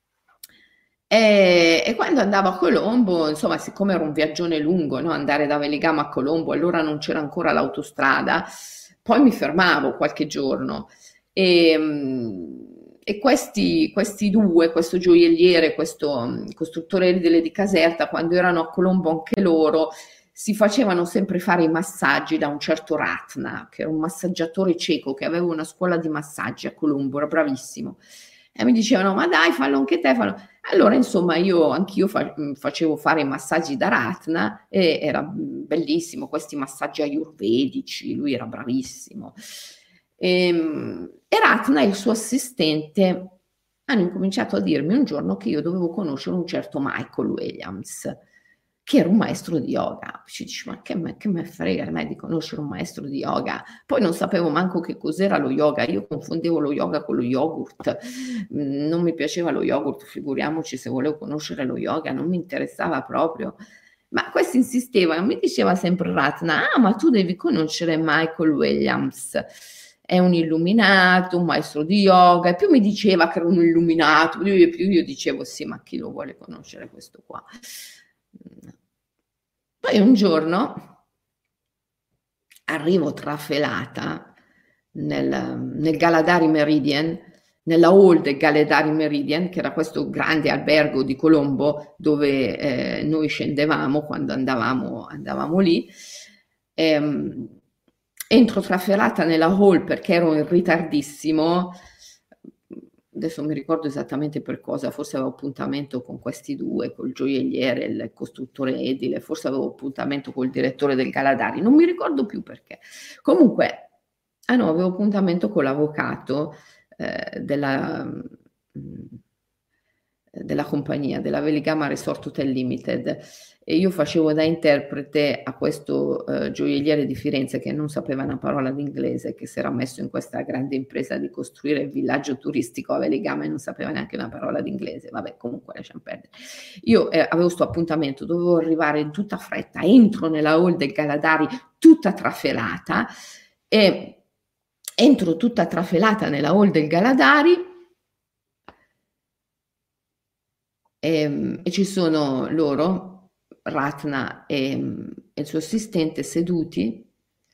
E, e quando andavo a Colombo, insomma, siccome era un viaggione lungo, no? Andare da Veligama a Colombo, allora non c'era ancora l'autostrada, poi mi fermavo qualche giorno e, e questi, questi due, questo gioielliere, questo costruttore edile di Caserta, quando erano a Colombo anche loro, si facevano sempre fare i massaggi da un certo Ratna, che era un massaggiatore cieco che aveva una scuola di massaggi a Colombo, era bravissimo. E mi dicevano, ma dai, fallo anche te, fallo. Allora, insomma, io anch'io fa, facevo fare i massaggi da Ratna e era bellissimo, questi massaggi ayurvedici, lui era bravissimo. E, e Ratna e il suo assistente hanno incominciato a dirmi un giorno che io dovevo conoscere un certo Michael Williams, che era un maestro di yoga. Ci dici, ma che me, che me frega a me di conoscere un maestro di yoga? Poi non sapevo manco che cos'era lo yoga, io confondevo lo yoga con lo yogurt, non mi piaceva lo yogurt, figuriamoci se volevo conoscere lo yoga, non mi interessava proprio. Ma questo insisteva, mi diceva sempre Ratna, ah ma tu devi conoscere Michael Williams, è un illuminato, un maestro di yoga, e più mi diceva che era un illuminato, più io dicevo sì, ma chi lo vuole conoscere questo qua? Poi un giorno arrivo trafelata nel, nel Galadari Meridian, nella hall del Galadari Meridian, che era questo grande albergo di Colombo dove eh, noi scendevamo quando andavamo, andavamo lì. Ehm, entro trafelata nella hall perché ero in ritardissimo. adesso non mi ricordo esattamente per cosa, forse avevo appuntamento con questi due, col gioielliere, il costruttore edile, forse avevo appuntamento col direttore del Galadari, non mi ricordo più perché. Comunque, ah no, avevo appuntamento con l'avvocato eh, della, mh, della compagnia, della Veligama Resort Hotel Limited, e io facevo da interprete a questo eh, gioielliere di Firenze che non sapeva una parola d'inglese, che si era messo in questa grande impresa di costruire il villaggio turistico a Veligama e non sapeva neanche una parola d'inglese. Vabbè, comunque lasciamo perdere. Io eh, avevo questo appuntamento, dovevo arrivare in tutta fretta, entro nella hall del Galadari tutta trafelata, e entro tutta trafelata nella hall del Galadari. E, e ci sono loro, Ratna e, e il suo assistente, seduti.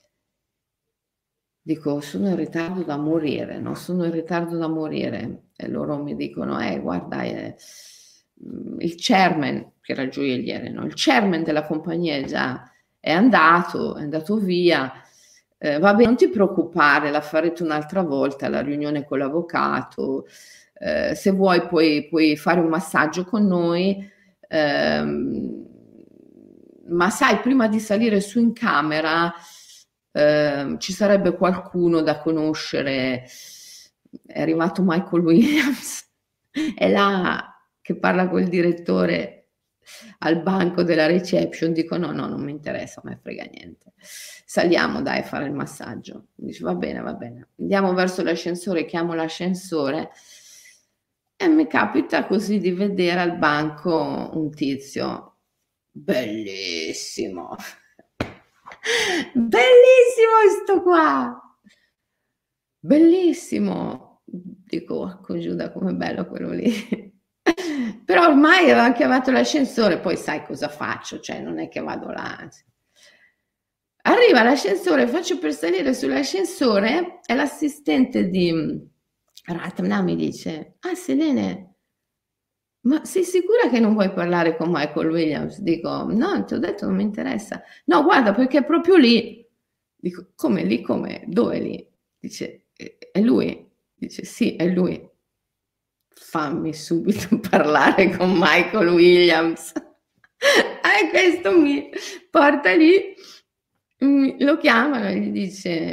Dico, sono in ritardo da morire, no? Sono in ritardo da morire. E loro mi dicono, eh, guarda, eh, il chairman, che era il gioielliere, no? Il chairman della compagnia è già è andato, è andato via. Eh, vabbè, non ti preoccupare, la farete un'altra volta, la riunione con l'avvocato. Eh, se vuoi puoi, puoi fare un massaggio con noi, ehm, ma sai, prima di salire su in camera eh, ci sarebbe qualcuno da conoscere. È arrivato Michael Williams, è là che parla col direttore al banco della reception. Dico no, no, non mi interessa, non me frega niente. Saliamo dai a fare il massaggio. Dice va bene, va bene. Andiamo verso l'ascensore, chiamo l'ascensore e mi capita così di vedere al banco un tizio bellissimo. Bellissimo sto qua. Bellissimo. Dico, porco Giuda, com'è bello quello lì. Però ormai aveva chiamato l'ascensore, poi sai cosa faccio, cioè non è che vado là. Arriva l'ascensore, faccio per salire sull'ascensore e l'assistente di Ratna mi dice, ah Selene, ma sei sicura che non vuoi parlare con Michael Williams? Dico, no, ti ho detto, non mi interessa. No, guarda, perché è proprio lì. Dico, come lì, come? Dove lì? Dice, è lui? Dice, sì, è lui. Fammi subito parlare con Michael Williams. E questo mi porta lì, lo chiamano e gli dice,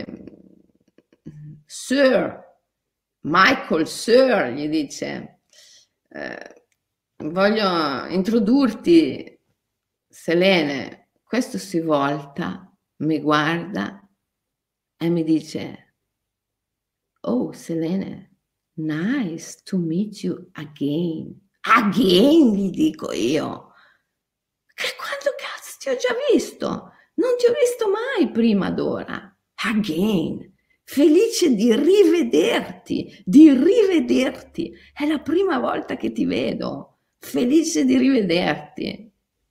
Sir, Michael, Sir, gli dice, eh, voglio introdurti, Selene. Questo si volta, mi guarda e mi dice, oh Selene, nice to meet you again. Again, gli dico io. Che quando cazzo ti ho già visto? Non ti ho visto mai prima d'ora. Again. Felice di rivederti, di rivederti. È la prima volta che ti vedo. Felice di rivederti.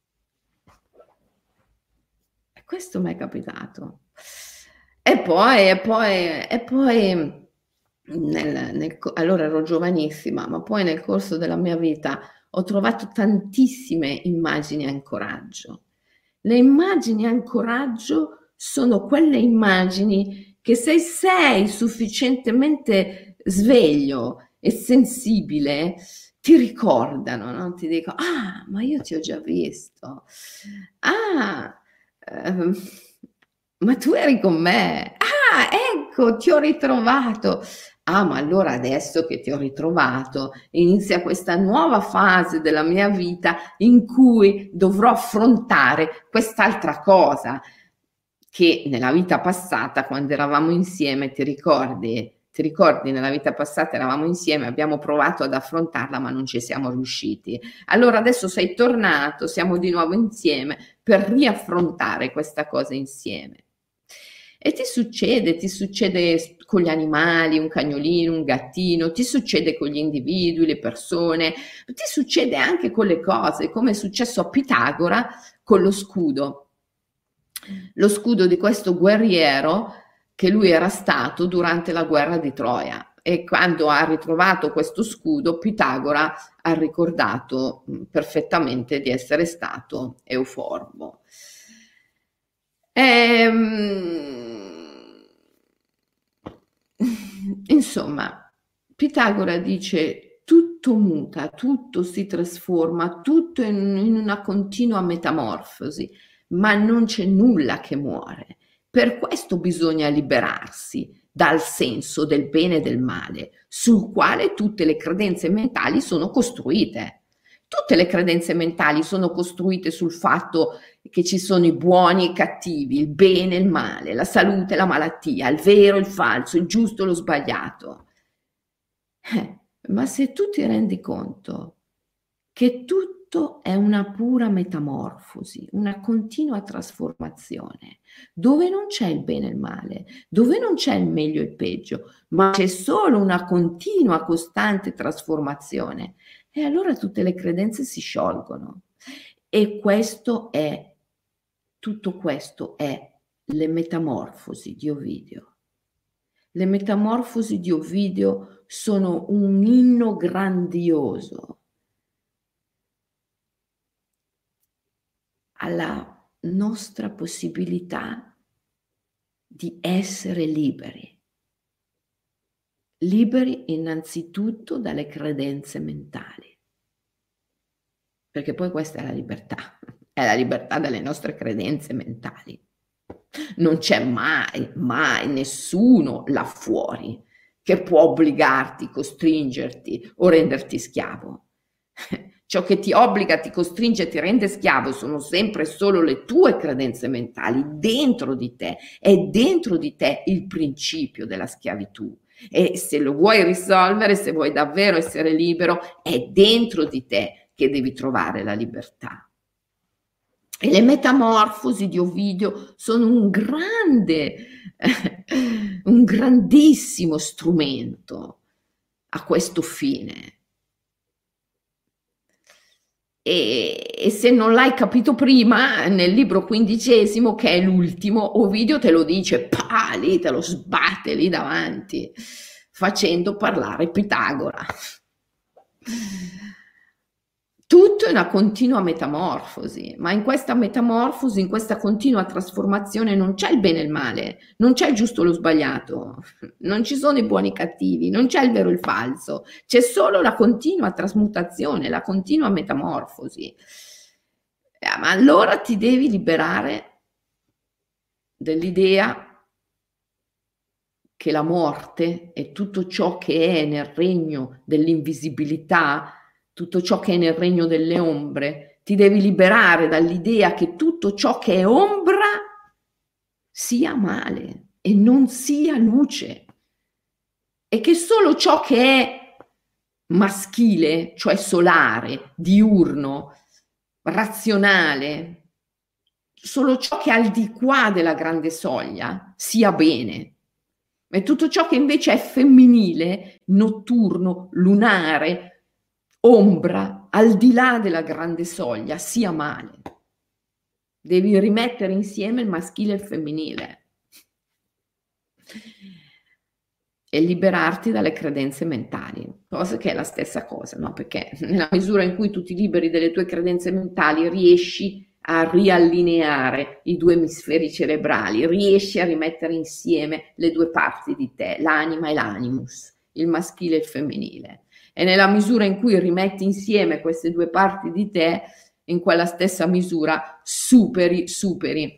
E questo mi è capitato. E poi, e poi, e poi... Nel, nel, allora ero giovanissima, ma poi nel corso della mia vita ho trovato tantissime immagini ancoraggio. Le immagini ancoraggio sono quelle immagini che se sei sufficientemente sveglio e sensibile ti ricordano, no? Ti dico, ah, ma io ti ho già visto. Ah, ehm, ma tu eri con me. Ah, ecco, ti ho ritrovato. Ah, ma allora adesso che ti ho ritrovato, inizia questa nuova fase della mia vita in cui dovrò affrontare quest'altra cosa che nella vita passata, quando eravamo insieme, ti ricordi? Ti ricordi, nella vita passata eravamo insieme, abbiamo provato ad affrontarla, ma non ci siamo riusciti. Allora adesso sei tornato, siamo di nuovo insieme per riaffrontare questa cosa insieme. E ti succede, ti succede con gli animali, un cagnolino, un gattino, ti succede con gli individui, le persone, ti succede anche con le cose, come è successo a Pitagora con lo scudo. Lo scudo di questo guerriero che lui era stato durante la guerra di Troia. E quando ha ritrovato questo scudo, Pitagora ha ricordato perfettamente di essere stato Euforbo. Ehm, insomma, Pitagora dice: tutto muta, tutto si trasforma, tutto è in in una continua metamorfosi, ma non c'è nulla che muore. Per questo bisogna liberarsi dal senso del bene e del male, sul quale tutte le credenze mentali sono costruite. Tutte le credenze mentali sono costruite sul fatto che ci sono i buoni e i cattivi, il bene e il male, la salute e la malattia, il vero e il falso, il giusto e lo sbagliato. Eh, ma se tu ti rendi conto che tutto è una pura metamorfosi, una continua trasformazione, dove non c'è il bene e il male, dove non c'è il meglio e il peggio, ma c'è solo una continua, costante trasformazione, e allora tutte le credenze si sciolgono. E questo è, tutto questo è le metamorfosi di Ovidio. Le metamorfosi di Ovidio sono un inno grandioso alla nostra possibilità di essere liberi. Liberi innanzitutto dalle credenze mentali, perché poi questa è la libertà, è la libertà dalle nostre credenze mentali. Non c'è mai, mai nessuno là fuori che può obbligarti, costringerti o renderti schiavo. Ciò che ti obbliga, ti costringe e ti rende schiavo sono sempre solo le tue credenze mentali dentro di te. È dentro di te il principio della schiavitù. E se lo vuoi risolvere, se vuoi davvero essere libero, è dentro di te che devi trovare la libertà. E le metamorfosi di Ovidio sono un grande, eh, un grandissimo strumento a questo fine. E, e se non l'hai capito prima, nel libro quindicesimo, che è l'ultimo, Ovidio te lo dice, pa, lì te lo sbatte lì davanti, facendo parlare Pitagora. Tutto è una continua metamorfosi, ma in questa metamorfosi, in questa continua trasformazione non c'è il bene e il male, non c'è il giusto e lo sbagliato, non ci sono i buoni e i cattivi, non c'è il vero e il falso, c'è solo la continua trasmutazione, la continua metamorfosi. Eh, ma allora ti devi liberare dell'idea che la morte e tutto ciò che è nel regno dell'invisibilità, tutto ciò che è nel regno delle ombre, ti devi liberare dall'idea che tutto ciò che è ombra sia male e non sia luce, e che solo ciò che è maschile, cioè solare, diurno, razionale, solo ciò che è al di qua della grande soglia sia bene. E tutto ciò che invece è femminile, notturno, lunare, ombra, al di là della grande soglia, sia male. Devi rimettere insieme il maschile e il femminile e liberarti dalle credenze mentali, cosa che è la stessa cosa, no? Perché nella misura in cui tu ti liberi delle tue credenze mentali riesci a riallineare i due emisferi cerebrali, riesci a rimettere insieme le due parti di te, l'anima e l'animus, il maschile e il femminile. E nella misura in cui rimetti insieme queste due parti di te, in quella stessa misura superi, superi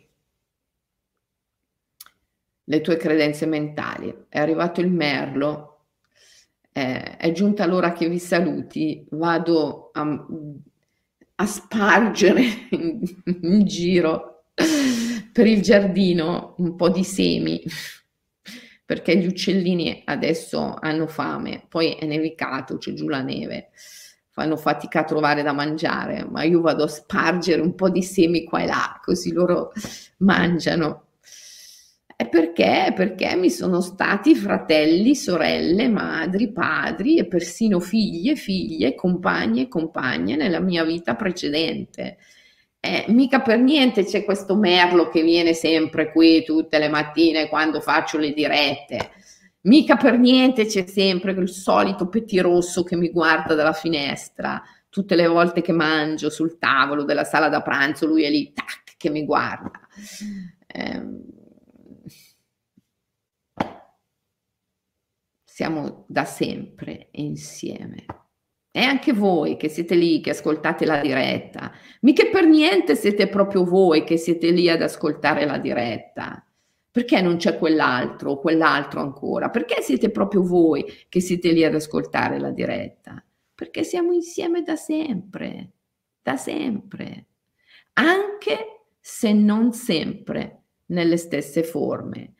le tue credenze mentali. È arrivato il merlo, eh, è giunta l'ora che vi saluti, vado a, a spargere in, in giro per il giardino un po' di semi, perché gli uccellini adesso hanno fame, poi è nevicato, c'è giù la neve, fanno fatica a trovare da mangiare, ma io vado a spargere un po' di semi qua e là, così loro mangiano. E perché? Perché mi sono stati fratelli, sorelle, madri, padri e persino figlie, figlie, compagni e compagne nella mia vita precedente. Eh, mica per niente c'è questo merlo che viene sempre qui tutte le mattine quando faccio le dirette. Mica per niente c'è sempre il solito pettirosso che mi guarda dalla finestra tutte le volte che mangio sul tavolo della sala da pranzo, lui è lì, tac, che mi guarda. Eh, siamo da sempre insieme. E anche voi che siete lì, che ascoltate la diretta, mica per niente siete proprio voi che siete lì ad ascoltare la diretta. Perché non c'è quell'altro o quell'altro ancora? Perché siete proprio voi che siete lì ad ascoltare la diretta? Perché siamo insieme da sempre, da sempre, anche se non sempre nelle stesse forme.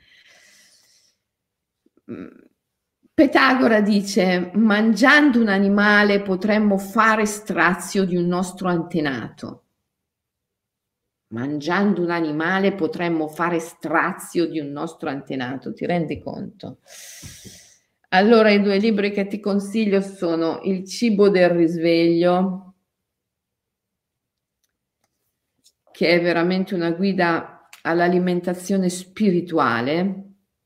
Pitagora dice: mangiando un animale potremmo fare strazio di un nostro antenato. Mangiando un animale potremmo fare strazio di un nostro antenato, ti rendi conto? Allora i due libri che ti consiglio sono Il cibo del risveglio, che è veramente una guida all'alimentazione spirituale,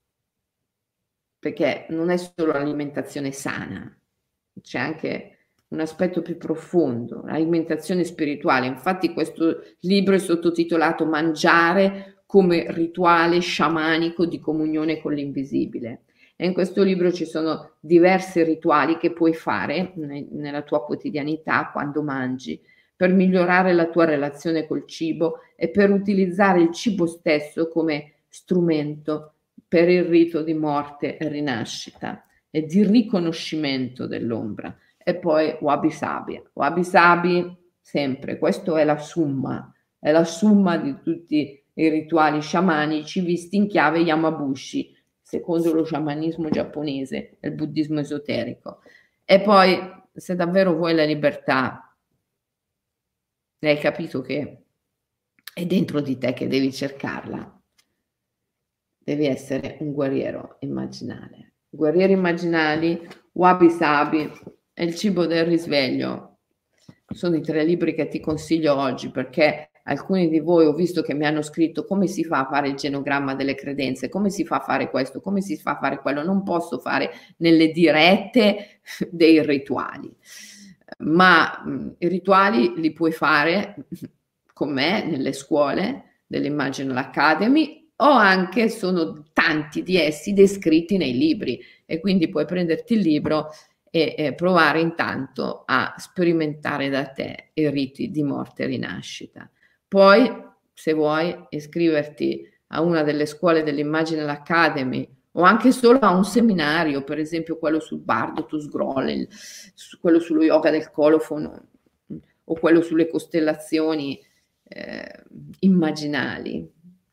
perché non è solo l'alimentazione sana, c'è anche un aspetto più profondo, l'alimentazione spirituale. Infatti questo libro è sottotitolato Mangiare come rituale sciamanico di comunione con l'invisibile. E in questo libro ci sono diversi rituali che puoi fare ne- nella tua quotidianità quando mangi, per migliorare la tua relazione col cibo e per utilizzare il cibo stesso come strumento per il rito di morte e rinascita e di riconoscimento dell'ombra. E poi Wabi Sabi. Wabi Sabi sempre, questo è la summa, è la summa di tutti i rituali sciamanici visti in chiave Yamabushi, secondo lo sciamanismo giapponese e il buddismo esoterico. E poi, se davvero vuoi la libertà, hai capito che è dentro di te che devi cercarla. Devi essere un guerriero immaginale. Guerrieri immaginali, Wabi Sabi e Il cibo del risveglio sono i tre libri che ti consiglio oggi, perché alcuni di voi ho visto che mi hanno scritto: come si fa a fare il genogramma delle credenze, come si fa a fare questo, come si fa a fare quello. Non posso fare nelle dirette dei rituali, ma mh, i rituali li puoi fare con me nelle scuole dell'Imaginal Academy, o anche sono tanti di essi descritti nei libri, e quindi puoi prenderti il libro e, e provare intanto a sperimentare da te i riti di morte e rinascita. Poi, se vuoi, iscriverti a una delle scuole dell'Imaginal Academy o anche solo a un seminario, per esempio quello sul Bardo to Scroll, quello sullo yoga del colofono o quello sulle costellazioni eh, immaginali,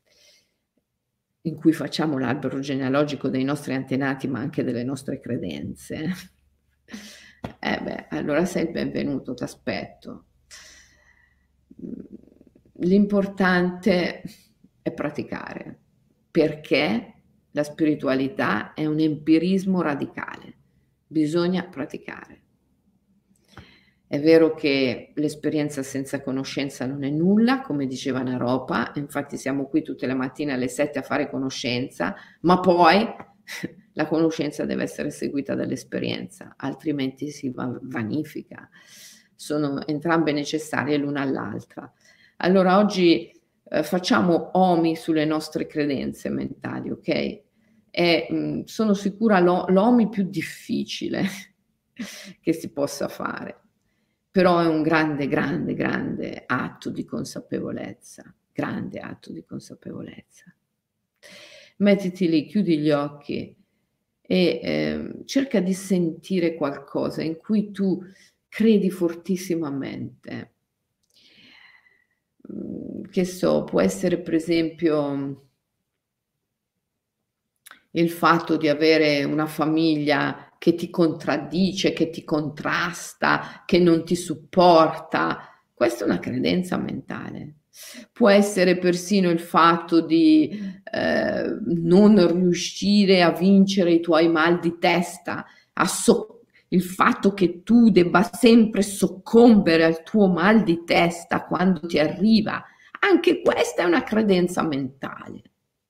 in cui facciamo l'albero genealogico dei nostri antenati, ma anche delle nostre credenze. Eh beh, allora sei il benvenuto, ti aspetto. L'importante è praticare, perché la spiritualità è un empirismo radicale, bisogna praticare. È vero che l'esperienza senza conoscenza non è nulla, come diceva Naropa, infatti siamo qui tutte le mattine alle sette a fare conoscenza, ma poi la conoscenza deve essere seguita dall'esperienza, altrimenti si vanifica. Sono entrambe necessarie l'una all'altra. Allora oggi eh, facciamo omi sulle nostre credenze mentali, ok? E mh, sono sicura lo, l'omi più difficile che si possa fare. Però è un grande, grande, grande atto di consapevolezza, grande atto di consapevolezza. Mettiti lì, chiudi gli occhi e eh, cerca di sentire qualcosa in cui tu credi fortissimamente. Che so, può essere per esempio il fatto di avere una famiglia che ti contraddice, che ti contrasta, che non ti supporta. Questa è una credenza mentale. Può essere persino il fatto di eh, non riuscire a vincere i tuoi mal di testa, a so- il fatto che tu debba sempre soccombere al tuo mal di testa quando ti arriva. Anche questa è una credenza mentale.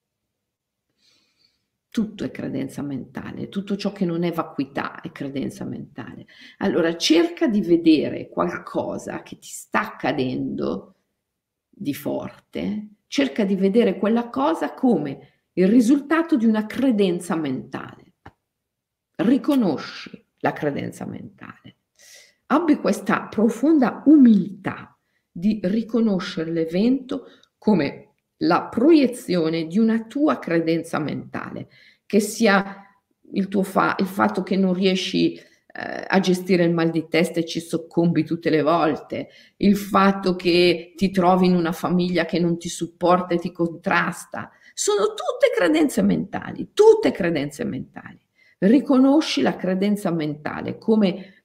Tutto è credenza mentale, tutto ciò che non è vacuità è credenza mentale. Allora cerca di vedere qualcosa che ti sta accadendo di forte, cerca di vedere quella cosa come il risultato di una credenza mentale. riconosci la credenza mentale, abbi questa profonda umiltà di riconoscere l'evento come la proiezione di una tua credenza mentale, che sia il tuo fa il fatto che non riesci, ehm, a gestire il mal di testa e ci soccombi tutte le volte, il fatto che ti trovi in una famiglia che non ti supporta e ti contrasta. Sono tutte credenze mentali, tutte credenze mentali. Riconosci la credenza mentale come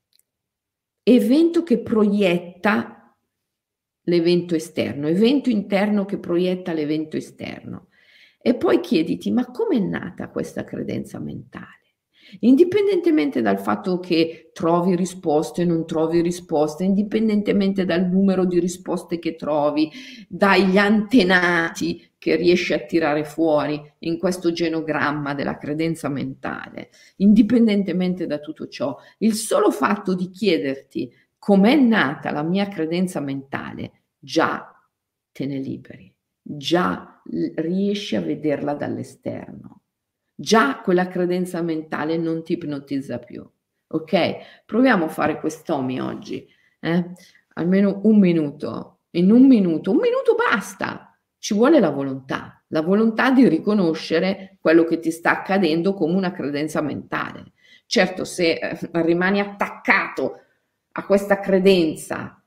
evento che proietta l'evento esterno, evento interno che proietta l'evento esterno. E poi chiediti: ma com'è nata questa credenza mentale? Indipendentemente dal fatto che trovi risposte, non trovi risposte, indipendentemente dal numero di risposte che trovi, dagli antenati che riesci a tirare fuori in questo genogramma della credenza mentale, indipendentemente da tutto ciò, il solo fatto di chiederti: com'è nata la mia credenza mentale, già te ne liberi, già l riesci a vederla dall'esterno, già quella credenza mentale non ti ipnotizza più, okay? Proviamo a fare quest'O M I oggi, eh, almeno un minuto. In un minuto, un minuto basta, ci vuole la volontà, la volontà di riconoscere quello che ti sta accadendo come una credenza mentale. Certo, se, ehm, rimani attaccato a questa credenza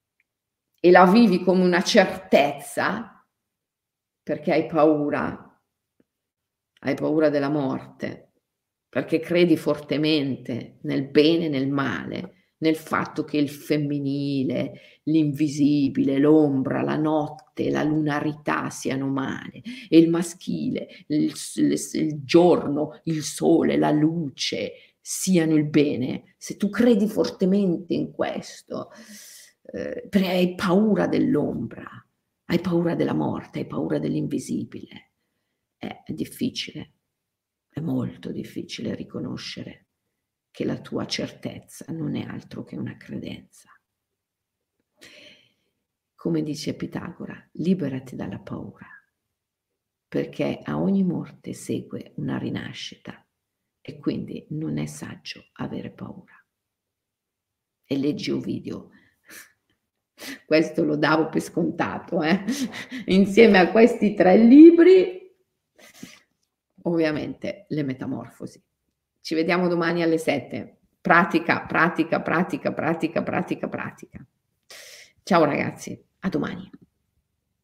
e la vivi come una certezza, perché hai paura, hai paura della morte, perché credi fortemente nel bene e nel male, nel fatto che il femminile, l'invisibile, l'ombra, la notte, la lunarità siano male e il maschile, il s il s il giorno, il sole, la luce siano il bene. Se tu credi fortemente in questo, ehm, perché hai paura dell'ombra, hai paura della morte, hai paura dell'invisibile. Eh, è difficile, è molto difficile riconoscere che la tua certezza non è altro che una credenza. Come dice Pitagora, liberati dalla paura, perché a ogni morte segue una rinascita e quindi non è saggio avere paura. E leggi Ovidio. Questo lo davo per scontato, eh. Insieme a questi tre libri, ovviamente le Metamorfosi. Ci vediamo domani alle sette. Pratica, pratica, pratica, pratica, pratica, pratica. Ciao ragazzi, a domani.